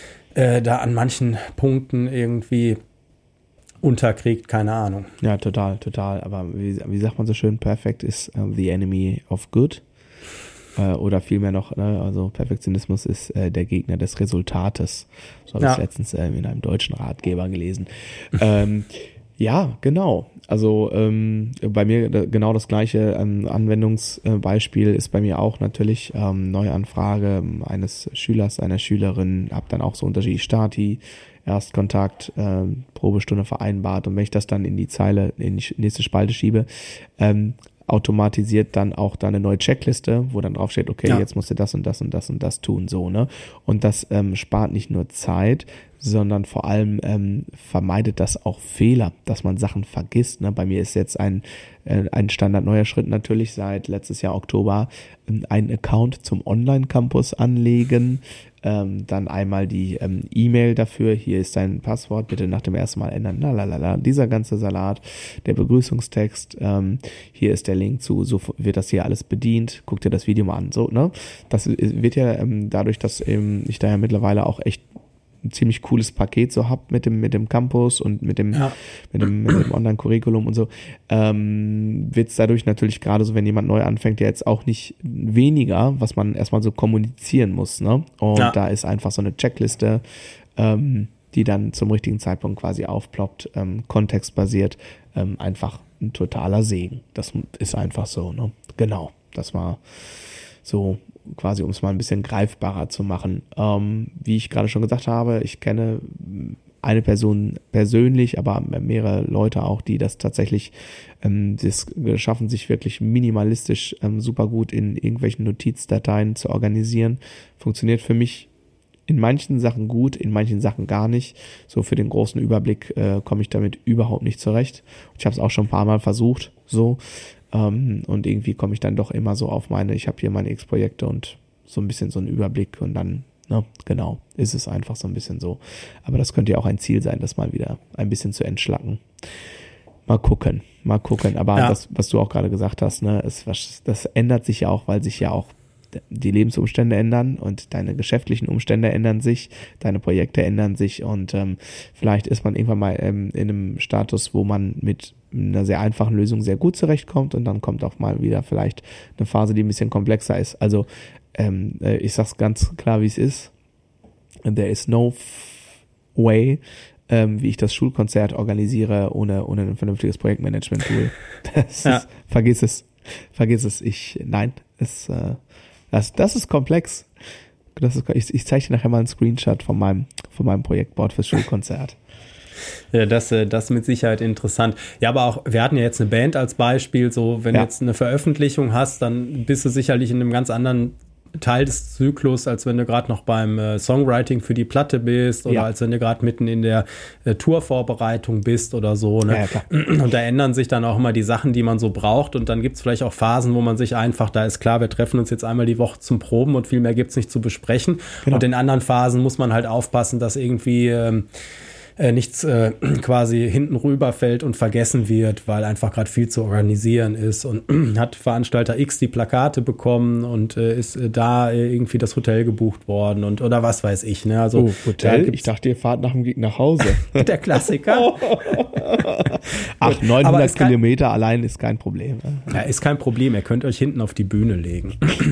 B: äh, da an manchen Punkten irgendwie unterkriegt, keine Ahnung.
A: Ja, total, total. Aber wie, wie sagt man so schön, perfect is uh, the enemy of good. Äh, oder vielmehr noch, ne, also Perfektionismus ist äh, der Gegner des Resultates. So habe ich es letztens äh, in einem deutschen Ratgeber gelesen. ähm, ja, genau. Also ähm, bei mir genau das gleiche ähm, Anwendungsbeispiel ist bei mir auch natürlich ähm, Neuanfrage eines Schülers, einer Schülerin, habe dann auch so unterschiedliche Stati, Erstkontakt, äh, Probestunde vereinbart und wenn ich das dann in die Zeile, in die nächste Spalte schiebe, ähm, automatisiert dann auch da eine neue Checkliste, wo dann drauf steht, okay, ja. jetzt musst du das und das und das und das tun, so, ne? Und das ähm, spart nicht nur Zeit, sondern vor allem ähm, vermeidet das auch Fehler, dass man Sachen vergisst, ne? Bei mir ist jetzt ein äh, ein Standard neuer Schritt natürlich seit letztes Jahr Oktober, äh, einen Account zum Online-Campus anlegen, ähm, dann einmal die ähm, E-Mail dafür, hier ist dein Passwort, bitte nach dem ersten Mal ändern, lalalala, dieser ganze Salat, der Begrüßungstext, ähm, hier ist der Link zu, so wird das hier alles bedient, guck dir das Video mal an, so, ne? Das wird ja ähm, dadurch, dass ähm, ich da ja mittlerweile auch echt ein ziemlich cooles Paket so hab mit dem mit dem Campus und mit dem ja. mit dem, mit dem Online-Curriculum und so, ähm, wird es dadurch natürlich gerade so, wenn jemand neu anfängt, ja jetzt auch nicht weniger, was man erstmal so kommunizieren muss, ne? Und ja. da ist einfach so eine Checkliste, ähm, die dann zum richtigen Zeitpunkt quasi aufploppt, ähm, kontextbasiert, ähm, einfach ein totaler Segen. Das ist einfach so, ne? Genau, das war so quasi, um es mal ein bisschen greifbarer zu machen. Ähm, wie ich gerade schon gesagt habe, ich kenne eine Person persönlich, aber mehrere Leute auch, die das tatsächlich ähm, das schaffen, sich wirklich minimalistisch ähm, super gut in irgendwelchen Notizdateien zu organisieren. Funktioniert für mich in manchen Sachen gut, in manchen Sachen gar nicht. So für den großen Überblick äh, komme ich damit überhaupt nicht zurecht. Ich habe es auch schon ein paar Mal versucht, so. Um, und irgendwie komme ich dann doch immer so auf meine, ich habe hier meine X-Projekte und so ein bisschen so einen Überblick und dann, ne, genau, ist es einfach so ein bisschen so. Aber das könnte ja auch ein Ziel sein, das mal wieder ein bisschen zu entschlacken. Mal gucken, mal gucken. Aber ja. das, was du auch gerade gesagt hast, ne, es, das ändert sich ja auch, weil sich ja auch die Lebensumstände ändern und deine geschäftlichen Umstände ändern sich, deine Projekte ändern sich und ähm, vielleicht ist man irgendwann mal ähm, in einem Status, wo man mit einer sehr einfachen Lösung sehr gut zurechtkommt und dann kommt auch mal wieder vielleicht eine Phase, die ein bisschen komplexer ist. Also ähm, ich sag's ganz klar, wie es ist. There is no f- way, ähm, wie ich das Schulkonzert organisiere, ohne, ohne ein vernünftiges Projektmanagement-Tool. Das
B: Ja.
A: ist, vergiss es. Vergiss es. Ich, nein, es, äh, das, das ist komplex. Das ist, ich, ich zeige dir nachher mal einen Screenshot von meinem, von meinem Projektboard fürs Schulkonzert.
B: Ja, das, das ist mit Sicherheit interessant. Ja, aber auch, wir hatten ja jetzt eine Band als Beispiel, so, wenn
A: Ja.
B: du jetzt eine Veröffentlichung hast, dann bist du sicherlich in einem ganz anderen Teil des Zyklus, als wenn du gerade noch beim äh, Songwriting für die Platte bist oder
A: Ja.
B: als wenn du gerade mitten in der äh, Tourvorbereitung bist oder so. Ne?
A: Ja, ja, klar.
B: Und da ändern sich dann auch immer die Sachen, die man so braucht und dann gibt es vielleicht auch Phasen, wo man sich einfach, da ist klar, wir treffen uns jetzt einmal die Woche zum Proben und viel mehr gibt es nicht zu besprechen.
A: Genau.
B: Und in anderen Phasen muss man halt aufpassen, dass irgendwie ähm, äh, nichts äh, quasi hinten rüberfällt und vergessen wird, weil einfach gerade viel zu organisieren ist und hat Veranstalter X die Plakate bekommen und äh, ist äh, da äh, irgendwie das Hotel gebucht worden und oder was weiß ich. Ne? Also
A: Oh, Hotel?
B: da
A: Ich dachte, ihr fahrt nach dem Gig nach Hause.
B: gibt's der Klassiker.
A: Ach,
B: Aber
A: neunhundert
B: es kann-
A: Kilometer allein ist kein Problem.
B: Ja, ist kein Problem, ihr könnt euch hinten auf die Bühne legen.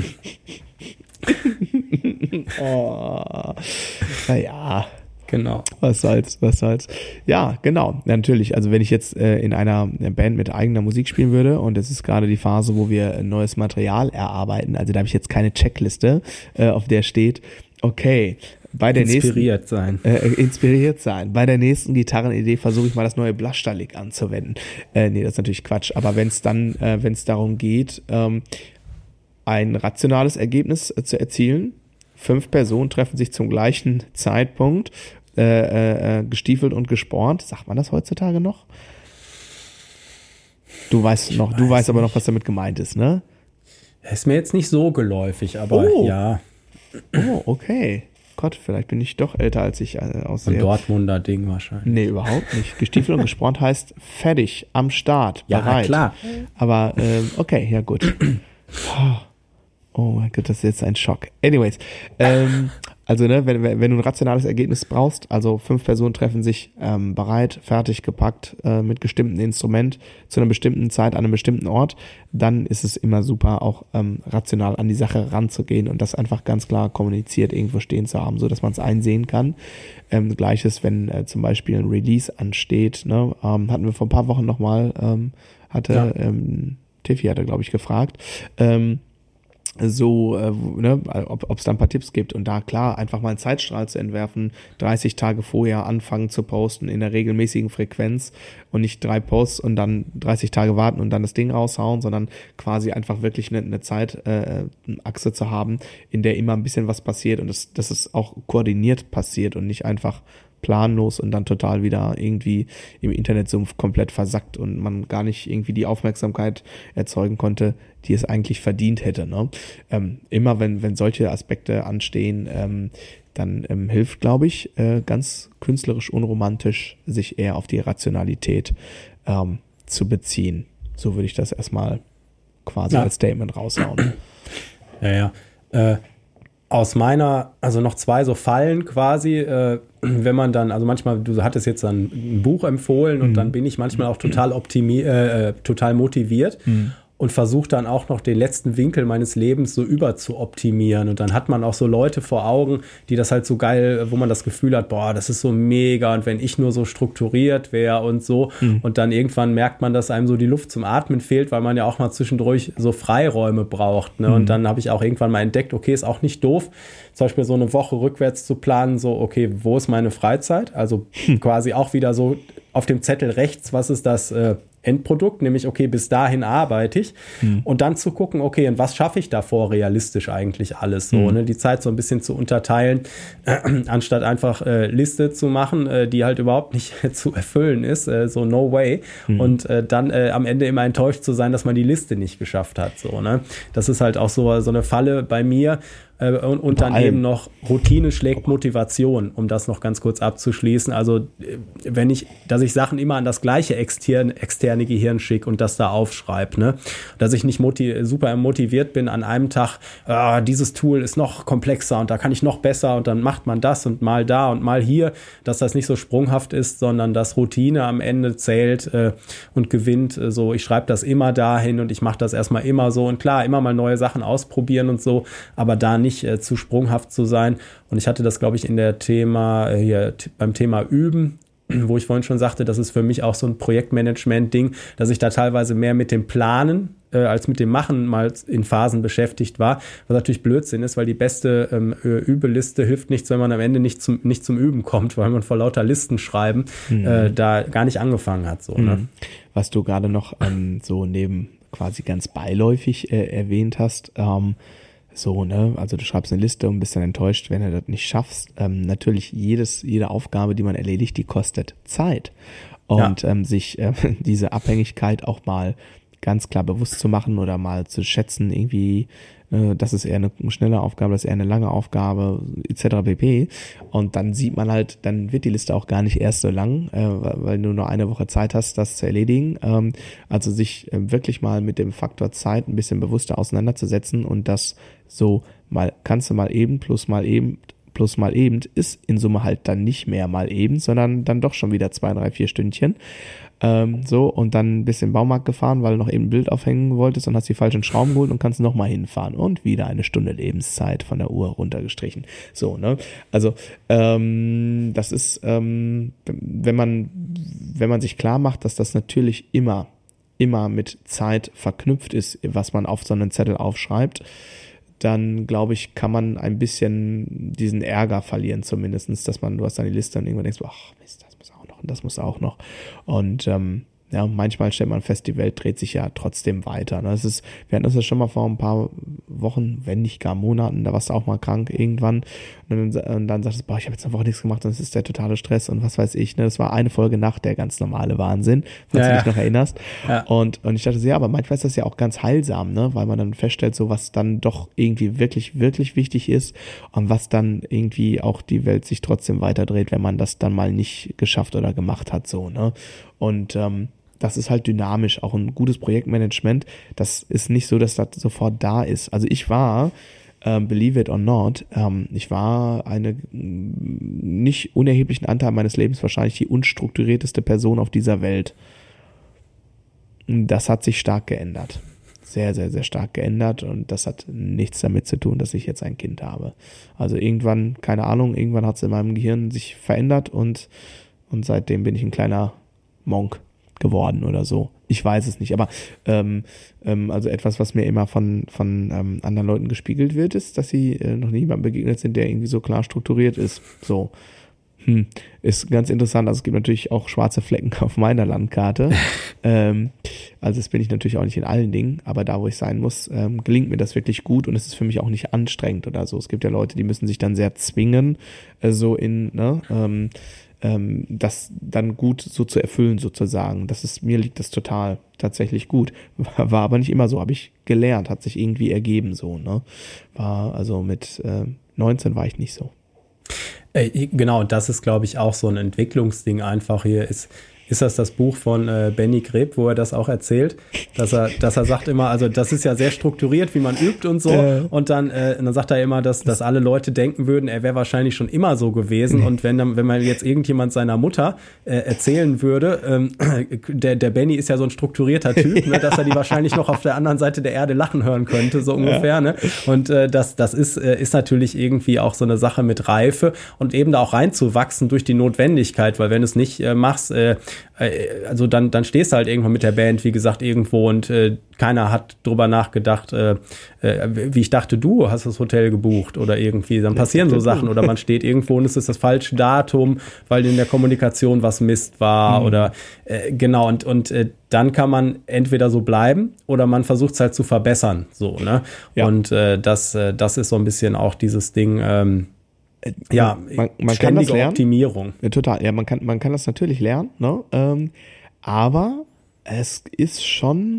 A: Oh. Naja.
B: Genau.
A: Was soll's, was soll's. Ja, genau, ja, natürlich. Also wenn ich jetzt äh, in einer Band mit eigener Musik spielen würde und es ist gerade die Phase, wo wir neues Material erarbeiten, also da habe ich jetzt keine Checkliste, äh, auf der steht, okay, bei der
B: Inspiriert sein.
A: nächsten, äh, inspiriert sein. Bei der nächsten Gitarrenidee versuche ich mal das neue Blushstalik anzuwenden. Äh, nee, das ist natürlich Quatsch. Aber wenn es dann, äh, wenn es darum geht, ähm, ein rationales Ergebnis äh, zu erzielen, fünf Personen treffen sich zum gleichen Zeitpunkt, äh, äh, gestiefelt und gespornt. Sagt man das heutzutage noch? Du weißt
B: Ich
A: noch, du
B: weiß
A: weißt aber
B: nicht.
A: noch, was damit gemeint ist, ne?
B: Ist mir jetzt nicht so geläufig, aber
A: Oh.
B: ja,
A: Oh, okay. Gott, vielleicht bin ich doch älter, als ich äh,
B: ein
A: aussehe.
B: Dortmunder Ding wahrscheinlich.
A: Nee, überhaupt nicht. Gestiefelt und gespornt heißt fertig, am Start,
B: Ja,
A: bereit.
B: klar.
A: Aber, ähm, okay, ja gut. Oh mein Gott, das ist jetzt ein Schock. Anyways, ähm, also ne, wenn, wenn du ein rationales Ergebnis brauchst, also fünf Personen treffen sich ähm, bereit, fertig, gepackt, äh, mit bestimmten Instrument zu einer bestimmten Zeit an einem bestimmten Ort, dann ist es immer super, auch ähm, rational an die Sache ranzugehen und das einfach ganz klar kommuniziert irgendwo stehen zu haben, so dass man es einsehen kann. Ähm, Gleiches, wenn äh, zum Beispiel ein Release ansteht, ne, ähm, hatten wir vor ein paar Wochen nochmal, ähm, hatte
B: Ja.
A: ähm, Tiffy hatte, glaube ich, gefragt, ähm, so, äh, ne, ob es da ein paar Tipps gibt und da klar einfach mal einen Zeitstrahl zu entwerfen, dreißig Tage vorher anfangen zu posten in der regelmäßigen Frequenz und nicht drei Posts und dann dreißig Tage warten und dann das Ding raushauen, sondern quasi einfach wirklich eine, eine Zeit, äh, eine Achse zu haben, in der immer ein bisschen was passiert und das, dass es auch koordiniert passiert und nicht einfach planlos und dann total wieder irgendwie im Internetsumpf komplett versackt und man gar nicht irgendwie die Aufmerksamkeit erzeugen konnte, die es eigentlich verdient hätte. Ne? Ähm, immer wenn, wenn solche Aspekte anstehen, ähm, dann ähm, hilft, glaube ich, äh, ganz künstlerisch unromantisch, sich eher auf die Rationalität ähm, zu beziehen. So würde ich das erstmal quasi
B: Ja.
A: als Statement raushauen.
B: Ja, ja. Äh, aus meiner, also noch zwei so Fallen quasi, äh, wenn man dann, also manchmal, du hattest jetzt dann ein Buch empfohlen und
A: Mhm.
B: dann bin ich manchmal auch total optimi äh, äh, total motiviert
A: Mhm.
B: und versuche dann auch noch den letzten Winkel meines Lebens so über zu optimieren und dann hat man auch so Leute vor Augen, die das halt so geil, wo man das Gefühl hat, boah, das ist so mega und wenn ich nur so strukturiert wäre und so
A: Mhm.
B: und dann irgendwann merkt man, dass einem so die Luft zum Atmen fehlt, weil man ja auch mal zwischendurch so Freiräume braucht, ne?
A: Mhm.
B: Und dann habe ich auch irgendwann mal entdeckt, okay, ist auch nicht doof, zum Beispiel so eine Woche rückwärts zu planen, so, okay, wo ist meine Freizeit? Also quasi auch wieder so auf dem Zettel rechts, was ist das äh, Endprodukt, nämlich, okay, bis dahin arbeite ich
A: Mhm.
B: und dann zu gucken, okay, und was schaffe ich davor realistisch eigentlich alles so,
A: Mhm.
B: ne? Die Zeit so ein bisschen zu unterteilen, äh, anstatt einfach äh, Liste zu machen, äh, die halt überhaupt nicht zu erfüllen ist, äh, so no way
A: Mhm.
B: und äh, dann äh, am Ende immer enttäuscht zu sein, dass man die Liste nicht geschafft hat, so, ne? Das ist halt auch so, so eine Falle bei mir, äh, und, und dann eben noch Routine schlägt Motivation, um das noch ganz kurz abzuschließen. Also wenn ich, dass ich Sachen immer an das gleiche externe, externe Gehirn schicke und das da aufschreibe, ne? Dass ich nicht motiv- super motiviert bin an einem Tag, ah, dieses Tool ist noch komplexer und da kann ich noch besser und dann macht man das und mal da und mal hier, dass das nicht so sprunghaft ist, sondern dass Routine am Ende zählt äh, und gewinnt. Äh, so, ich schreibe das immer dahin und ich mache das erstmal immer so und klar, immer mal neue Sachen ausprobieren und so, aber da nicht äh, zu sprunghaft zu sein. Und ich hatte das, glaube ich, in der Thema, äh, hier t- beim Thema Üben, wo ich vorhin schon sagte, das ist für mich auch so ein Projektmanagement-Ding, dass ich da teilweise mehr mit dem Planen äh, als mit dem Machen mal in Phasen beschäftigt war, was natürlich Blödsinn ist, weil die beste ähm, Übeliste hilft nichts, wenn man am Ende nicht zum, nicht zum Üben kommt, weil man vor lauter Listen schreiben mhm. äh, da gar nicht angefangen hat. So, mhm. ne?
A: Was du gerade noch ähm, so neben quasi ganz beiläufig äh, erwähnt hast, ähm, so, ne, also du schreibst eine Liste und bist dann enttäuscht, wenn du das nicht schaffst. Ähm, natürlich, jedes, jede Aufgabe, die man erledigt, die kostet Zeit. Und ja. ähm, sich äh, diese Abhängigkeit auch mal ganz klar bewusst zu machen oder mal zu schätzen, irgendwie, äh, das ist eher eine schnelle Aufgabe, das ist eher eine lange Aufgabe, et cetera pp. Und dann sieht man halt, dann wird die Liste auch gar nicht erst so lang, äh, weil du nur eine Woche Zeit hast, das zu erledigen. Ähm, also sich äh, wirklich mal mit dem Faktor Zeit ein bisschen bewusster auseinanderzusetzen und das so mal, kannst du mal eben plus mal eben plus mal eben ist in Summe halt dann nicht mehr mal eben, sondern dann doch schon wieder zwei, drei, vier Stündchen. Ähm, so, und dann ein bisschen Baumarkt gefahren, weil du noch eben ein Bild aufhängen wolltest und hast die falschen Schrauben geholt und kannst nochmal hinfahren und wieder eine Stunde Lebenszeit von der Uhr runtergestrichen. So, ne? Also, ähm, das ist, ähm, wenn man, wenn man sich klar macht, dass das natürlich immer, immer mit Zeit verknüpft ist, was man auf so einen Zettel aufschreibt, dann, glaube ich, kann man ein bisschen diesen Ärger verlieren zumindestens, dass man, du hast dann die Liste und irgendwann denkst, ach Mist, das muss auch noch und das muss auch noch. Und ähm, ja, manchmal stellt man fest, die Welt dreht sich ja trotzdem weiter. Das ist, wir hatten das ja schon mal vor ein paar Wochen, wenn nicht gar Monaten, da warst du auch mal krank irgendwann und dann, und dann sagst du, boah, ich habe jetzt eine Woche nichts gemacht und es ist der totale Stress und was weiß ich. Ne? Das war eine Folge nach der ganz normale Wahnsinn, falls ja, du dich ja. noch erinnerst. Ja. Und, und ich dachte so, ja, aber manchmal ist das ja auch ganz heilsam, ne? Weil man dann feststellt, so was dann doch irgendwie wirklich, wirklich wichtig ist und was dann irgendwie auch die Welt sich trotzdem weiterdreht, wenn man das dann mal nicht geschafft oder gemacht hat. So, ne? Und ähm, das ist halt dynamisch, auch ein gutes Projektmanagement. Das ist nicht so, dass das sofort da ist. Also ich war, ähm, believe it or not, ähm, ich war eine nicht unerheblichen Anteil meines Lebens wahrscheinlich die unstrukturierteste Person auf dieser Welt. Das hat sich stark geändert. Sehr, sehr, sehr stark geändert und das hat nichts damit zu tun, dass ich jetzt ein Kind habe. Also irgendwann, keine Ahnung, irgendwann hat es in meinem Gehirn sich verändert und, und seitdem bin ich ein kleiner Monk geworden oder so. Ich weiß es nicht, aber ähm, ähm, also etwas, was mir immer von von ähm, anderen Leuten gespiegelt wird, ist, dass sie äh, noch niemandem begegnet sind, der irgendwie so klar strukturiert ist. So, hm, ist ganz interessant. Also es gibt natürlich auch schwarze Flecken auf meiner Landkarte. ähm, also das bin ich natürlich auch nicht in allen Dingen, aber da, wo ich sein muss, ähm, gelingt mir das wirklich gut und es ist für mich auch nicht anstrengend oder so. Es gibt ja Leute, die müssen sich dann sehr zwingen, äh, so in, ne, ähm, ähm, das dann gut so zu erfüllen sozusagen. Das ist, mir liegt das total tatsächlich gut. War, war aber nicht immer so, habe ich gelernt, hat sich irgendwie ergeben so, ne. War, also mit äh, neunzehn war ich nicht so.
B: Äh, genau, das ist, glaube ich, auch so ein Entwicklungsding einfach hier ist. Ist das das Buch von äh, Benny Greb, wo er das auch erzählt, dass er, dass er sagt immer, also das ist ja sehr strukturiert, wie man übt und so. Äh. Und dann, äh, und dann sagt er immer, dass, dass alle Leute denken würden, er wäre wahrscheinlich schon immer so gewesen. Und wenn dann, wenn man jetzt irgendjemand seiner Mutter äh, erzählen würde, ähm, der, der Benny ist ja so ein strukturierter Typ, ne, dass er die wahrscheinlich noch auf der anderen Seite der Erde lachen hören könnte, so ungefähr. Ja. Ne? Und äh, das, das ist, äh, ist natürlich irgendwie auch so eine Sache mit Reife und eben da auch reinzuwachsen durch die Notwendigkeit, weil wenn du es nicht äh, machst, äh, also dann, dann stehst du halt irgendwann mit der Band, wie gesagt, irgendwo und äh, keiner hat drüber nachgedacht, äh, äh, wie ich dachte, du hast das Hotel gebucht oder irgendwie, dann passieren so Sachen oder man steht irgendwo und es ist das falsche Datum, weil in der Kommunikation was Mist war mhm. oder äh, genau und, und äh, dann kann man entweder so bleiben oder man versucht es halt zu verbessern, so, ne? Ja. Und äh, das, äh, das ist so ein bisschen auch dieses Ding, ähm, ja,
A: man, man kann das lernen.
B: Optimierung.
A: Ja, total. Ja, man kann, man kann das natürlich lernen, ne? Ähm, aber es ist schon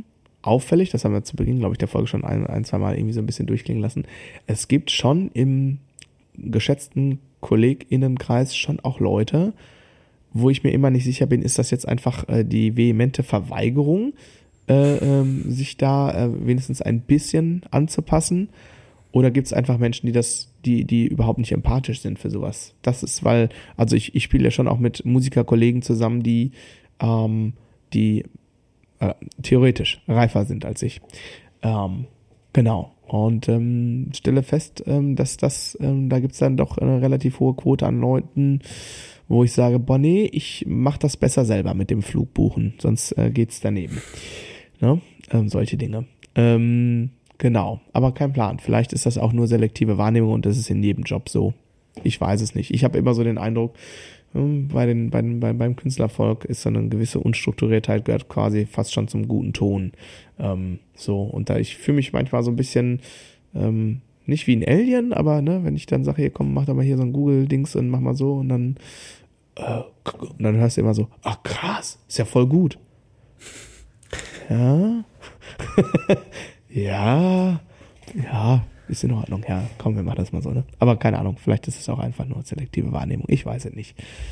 A: auffällig, das haben wir zu Beginn, glaube ich, der Folge schon ein, ein, zwei Mal irgendwie so ein bisschen durchklingen lassen. Es gibt schon im geschätzten KollegInnenkreis schon auch Leute, wo ich mir immer nicht sicher bin, ist das jetzt einfach äh, die vehemente Verweigerung, äh, ähm, sich da äh, wenigstens ein bisschen anzupassen, oder gibt es einfach Menschen, die das, die, die überhaupt nicht empathisch sind für sowas? Das ist, weil, also ich, ich spiele ja schon auch mit Musikerkollegen zusammen, die, ähm, die äh, theoretisch reifer sind als ich. Ähm, genau. Und ähm, stelle fest, ähm, dass das, ähm, da gibt es dann doch eine relativ hohe Quote an Leuten, wo ich sage, boah, nee, ich mach das besser selber mit dem Flugbuchen, sonst äh, geht's daneben. Ne? Ähm, solche Dinge. Ähm, genau, aber kein Plan. Vielleicht ist das auch nur selektive Wahrnehmung und das ist in jedem Job so. Ich weiß es nicht. Ich habe immer so den Eindruck, ähm, bei den, bei den, bei, beim Künstlervolk ist so eine gewisse Unstrukturiertheit, gehört quasi fast schon zum guten Ton. Ähm, so, und da ich fühle mich manchmal so ein bisschen ähm, nicht wie ein Alien, aber ne, wenn ich dann sage, hier komm, mach doch mal hier so ein Google-Dings und mach mal so und dann äh, und dann hörst du immer so, ach krass, ist ja voll gut. Ja. ja. Ja, ist in Ordnung. Ja, komm, wir machen das mal so, ne? Aber keine Ahnung, vielleicht ist es auch einfach nur selektive Wahrnehmung. Ich weiß es nicht.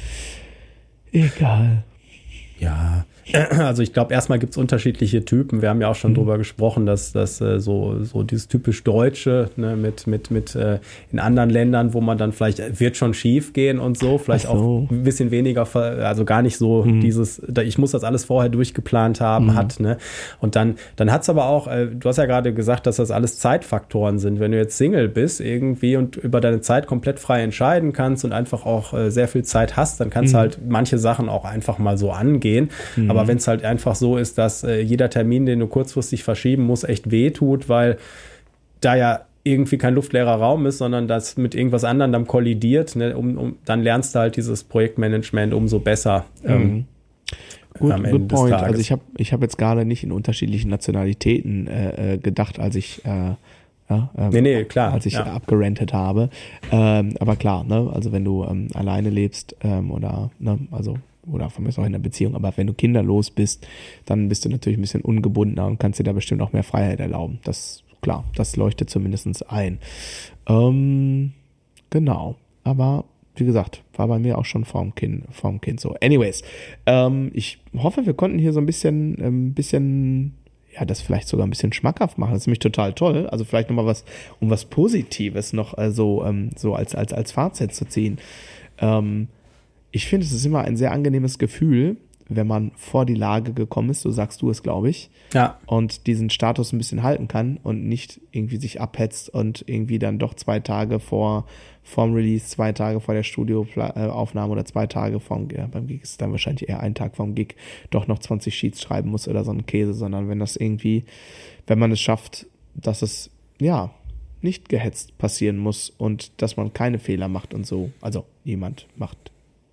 A: Egal.
B: Ja, also ich glaube, erstmal gibt es unterschiedliche Typen. Wir haben ja auch schon mhm. drüber gesprochen, dass das äh, so so dieses typisch Deutsche, ne, mit mit mit äh, in anderen Ländern, wo man dann vielleicht äh, wird schon schief gehen und so, vielleicht so. auch ein bisschen weniger, also gar nicht so mhm. dieses, ich muss das alles vorher durchgeplant haben, mhm. hat, ne? Und dann dann hat's aber auch, äh, du hast ja gerade gesagt, dass das alles Zeitfaktoren sind. Wenn du jetzt Single bist irgendwie und über deine Zeit komplett frei entscheiden kannst und einfach auch äh, sehr viel Zeit hast, dann kannst mhm. du halt manche Sachen auch einfach mal so angehen. Mhm. Aber wenn es halt einfach so ist, dass äh, jeder Termin, den du kurzfristig verschieben musst, echt wehtut, weil da ja irgendwie kein luftleerer Raum ist, sondern das mit irgendwas anderem dann kollidiert, ne, um, um, dann lernst du halt dieses Projektmanagement umso besser. Ähm,
A: mhm. Gut, am Ende good point. Des Tages. Also ich habe ich hab jetzt gerade nicht in unterschiedlichen Nationalitäten äh, gedacht, als ich äh, Ja, ähm,
B: nee, nee, klar.
A: als ich
B: ja.
A: abgerentet habe. Ähm, aber klar, ne, also wenn du ähm, alleine lebst ähm, oder, ne, also oder von mir aus auch in einer Beziehung, aber wenn du kinderlos bist, dann bist du natürlich ein bisschen ungebundener und kannst dir da bestimmt auch mehr Freiheit erlauben. Das, klar, das leuchtet zumindest ein. Ähm, genau, aber wie gesagt, war bei mir auch schon vorm Kind, vorm Kind so. Anyways, ähm, ich hoffe, wir konnten hier so ein bisschen, ein ähm, bisschen ja, das vielleicht sogar ein bisschen schmackhaft machen. Das ist nämlich total toll. Also vielleicht nochmal was, um was Positives noch äh, so, ähm, so als, als, als Fazit zu ziehen. Ähm, ich finde, es ist immer ein sehr angenehmes Gefühl, wenn man vor die Lage gekommen ist, so sagst du es, glaube ich,
B: ja.
A: und diesen Status ein bisschen halten kann und nicht irgendwie sich abhetzt und irgendwie dann doch zwei Tage vor vorm Release, zwei Tage vor der Studioaufnahme oder zwei Tage vorm, ja, beim Gig ist es dann wahrscheinlich eher ein Tag vorm Gig, doch noch zwanzig Sheets schreiben muss oder so ein Käse, sondern wenn das irgendwie, wenn man es schafft, dass es, ja, nicht gehetzt passieren muss und dass man keine Fehler macht und so, also jemand macht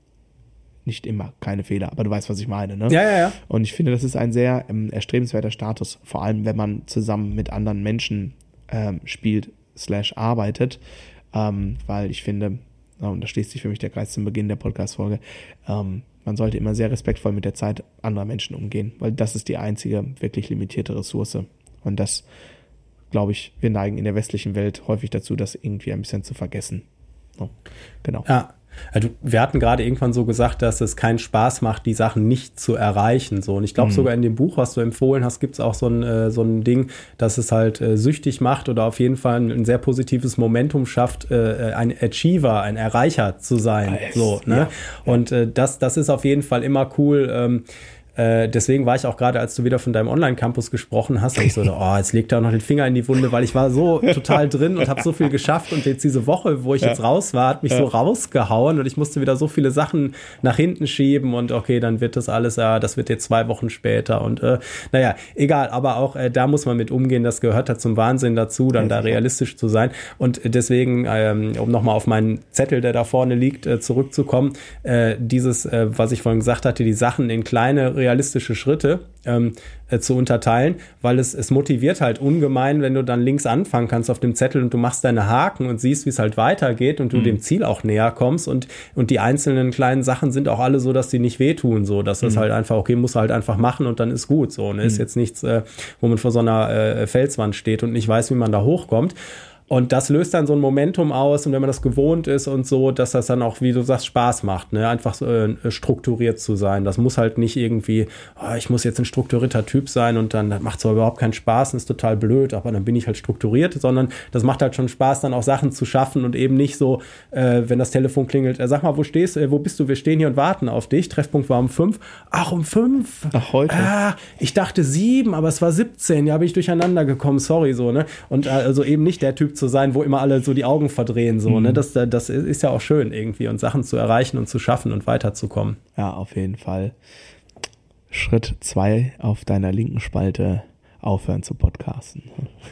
A: nicht immer keine Fehler, aber du weißt, was ich meine, ne?
B: Ja, ja, ja.
A: Und ich finde, das ist ein sehr ähm, erstrebenswerter Status, vor allem, wenn man zusammen mit anderen Menschen ähm, spielt, slash arbeitet, ähm, weil ich finde, und da schließt sich für mich der Kreis zum Beginn der Podcast-Folge, ähm, man sollte immer sehr respektvoll mit der Zeit anderer Menschen umgehen, weil das ist die einzige wirklich limitierte Ressource. Und das, glaube ich, wir neigen in der westlichen Welt häufig dazu, das irgendwie ein bisschen zu vergessen. So, genau.
B: Ja. Also wir hatten gerade irgendwann so gesagt, dass es keinen Spaß macht, die Sachen nicht zu erreichen. So. Und ich glaube, mhm. sogar in dem Buch, was du empfohlen hast, gibt es auch so ein, äh, so ein Ding, dass es halt äh, süchtig macht oder auf jeden Fall ein, ein sehr positives Momentum schafft, äh, ein Achiever, ein Erreicher zu sein.
A: Yes.
B: So, ne? Ja. Und äh, das, das ist auf jeden Fall immer cool. Ähm, Äh, deswegen war ich auch gerade, als du wieder von deinem Online-Campus gesprochen hast, und ich so, oh, jetzt legt er noch den Finger in die Wunde, weil ich war so total drin und habe so viel geschafft und jetzt diese Woche, wo ich ja. jetzt raus war, hat mich ja. so rausgehauen und ich musste wieder so viele Sachen nach hinten schieben und okay, dann wird das alles, ja, das wird jetzt zwei Wochen später und äh, naja, egal, aber auch äh, da muss man mit umgehen, das gehört halt zum Wahnsinn dazu, dann ja, da realistisch zu sein und deswegen, ähm, um nochmal auf meinen Zettel, der da vorne liegt, äh, zurückzukommen, äh, dieses, äh, was ich vorhin gesagt hatte, die Sachen in kleine realistische Schritte ähm, äh, zu unterteilen, weil es, es motiviert halt ungemein, wenn du dann links anfangen kannst auf dem Zettel und du machst deine Haken und siehst, wie es halt weitergeht und du mhm. dem Ziel auch näher kommst und, und die einzelnen kleinen Sachen sind auch alle so, dass die nicht wehtun, so, dass das mhm. halt einfach, okay, musst du halt einfach machen und dann ist gut, so, ne? Ist mhm. jetzt nichts, äh, wo man vor so einer äh, Felswand steht und nicht weiß, wie man da hochkommt. Und das löst dann so ein Momentum aus und wenn man das gewohnt ist und so, dass das dann auch, wie du sagst, Spaß macht, ne? Einfach so, äh, strukturiert zu sein. Das muss halt nicht irgendwie, oh, ich muss jetzt ein strukturierter Typ sein und dann macht es überhaupt keinen Spaß und ist total blöd, aber dann bin ich halt strukturiert, sondern das macht halt schon Spaß, dann auch Sachen zu schaffen und eben nicht so, äh, wenn das Telefon klingelt, äh, sag mal, wo stehst äh, wo bist du? Wir stehen hier und warten auf dich. Treffpunkt war um fünf. Ach, um fünf?
A: Ach, heute?
B: Ah, ich dachte sieben, aber es war siebzehn. Ja, bin ich durcheinander gekommen, sorry, so, ne? Und äh, also eben nicht der Typ zu sein, wo immer alle so die Augen verdrehen, so, mhm. ne? Das, das ist ja auch schön irgendwie und Sachen zu erreichen und zu schaffen und weiterzukommen.
A: Ja, auf jeden Fall. Schritt zwei auf deiner linken Spalte, aufhören zu podcasten.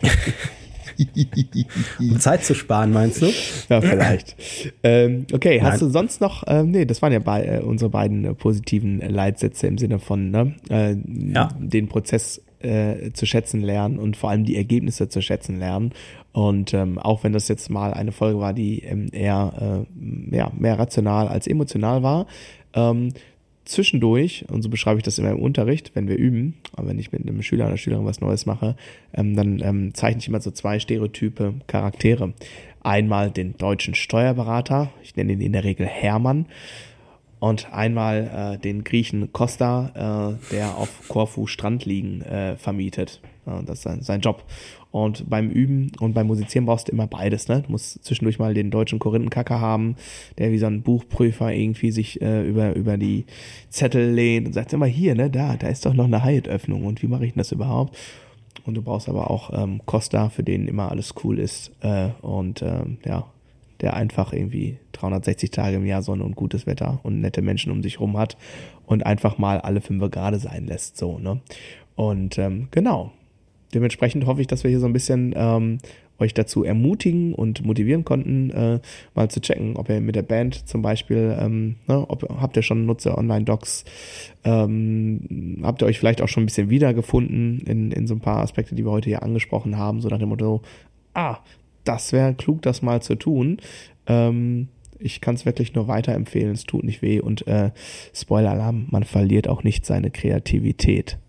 B: Um Zeit zu sparen, meinst du?
A: Ja, vielleicht. ähm, okay, hast Nein. du sonst noch, äh, nee, das waren ja bei, äh, unsere beiden äh, positiven Leitsätze im Sinne von ne, äh, ja. den Prozess äh, zu schätzen lernen und vor allem die Ergebnisse zu schätzen lernen. Und ähm, auch wenn das jetzt mal eine Folge war, die ähm, eher äh, ja, mehr rational als emotional war, ähm, zwischendurch, und so beschreibe ich das immer im Unterricht, wenn wir üben, aber wenn ich mit einem Schüler oder Schülerin was Neues mache, ähm, dann ähm, zeichne ich immer so zwei Stereotype Charaktere. Einmal den deutschen Steuerberater, ich nenne ihn in der Regel Hermann, und einmal äh, den Griechen Costa, äh, der auf Korfu Strandliegen äh, vermietet. Ja, das ist sein, sein Job. Und beim Üben und beim Musizieren brauchst du immer beides, ne? Du musst zwischendurch mal den deutschen Korinthenkacker haben, der wie so ein Buchprüfer irgendwie sich äh, über über die Zettel lehnt und sagt immer hier, ne, da, da ist doch noch eine Hyatt-Öffnung und wie mache ich denn das überhaupt? Und du brauchst aber auch ähm, Costa, für den immer alles cool ist äh, und ähm, ja, der einfach irgendwie dreihundertsechzig Tage im Jahr Sonne und gutes Wetter und nette Menschen um sich rum hat und einfach mal alle fünf gerade sein lässt, so, ne? Und ähm, genau. Dementsprechend hoffe ich, dass wir hier so ein bisschen ähm, euch dazu ermutigen und motivieren konnten, äh, mal zu checken, ob ihr mit der Band zum Beispiel, ähm, ne, ob, habt ihr schon Nutzer Online-Docs, ähm, habt ihr euch vielleicht auch schon ein bisschen wiedergefunden in, in so ein paar Aspekte, die wir heute hier angesprochen haben, so nach dem Motto, ah, das wäre klug, das mal zu tun. Ähm, ich kann es wirklich nur weiterempfehlen, es tut nicht weh und äh, Spoiler-Alarm, man verliert auch nicht seine Kreativität.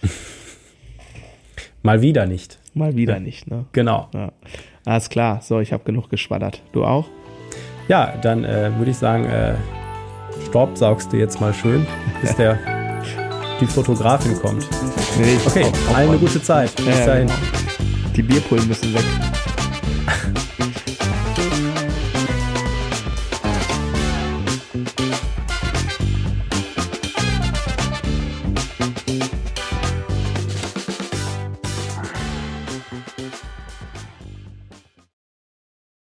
B: Mal wieder nicht.
A: Mal wieder
B: ja.
A: nicht, ne?
B: Genau.
A: Ja. Alles klar. So, ich habe genug geschwaddert. Du auch?
B: Ja, dann äh, würde ich sagen, äh, staubsaugst du jetzt mal schön, bis der die Fotografin kommt.
A: Nee,
B: okay,
A: auf, auf
B: allen eine gute Zeit. Bis
A: ja,
B: dahin.
A: Genau. Die Bierpullen müssen weg.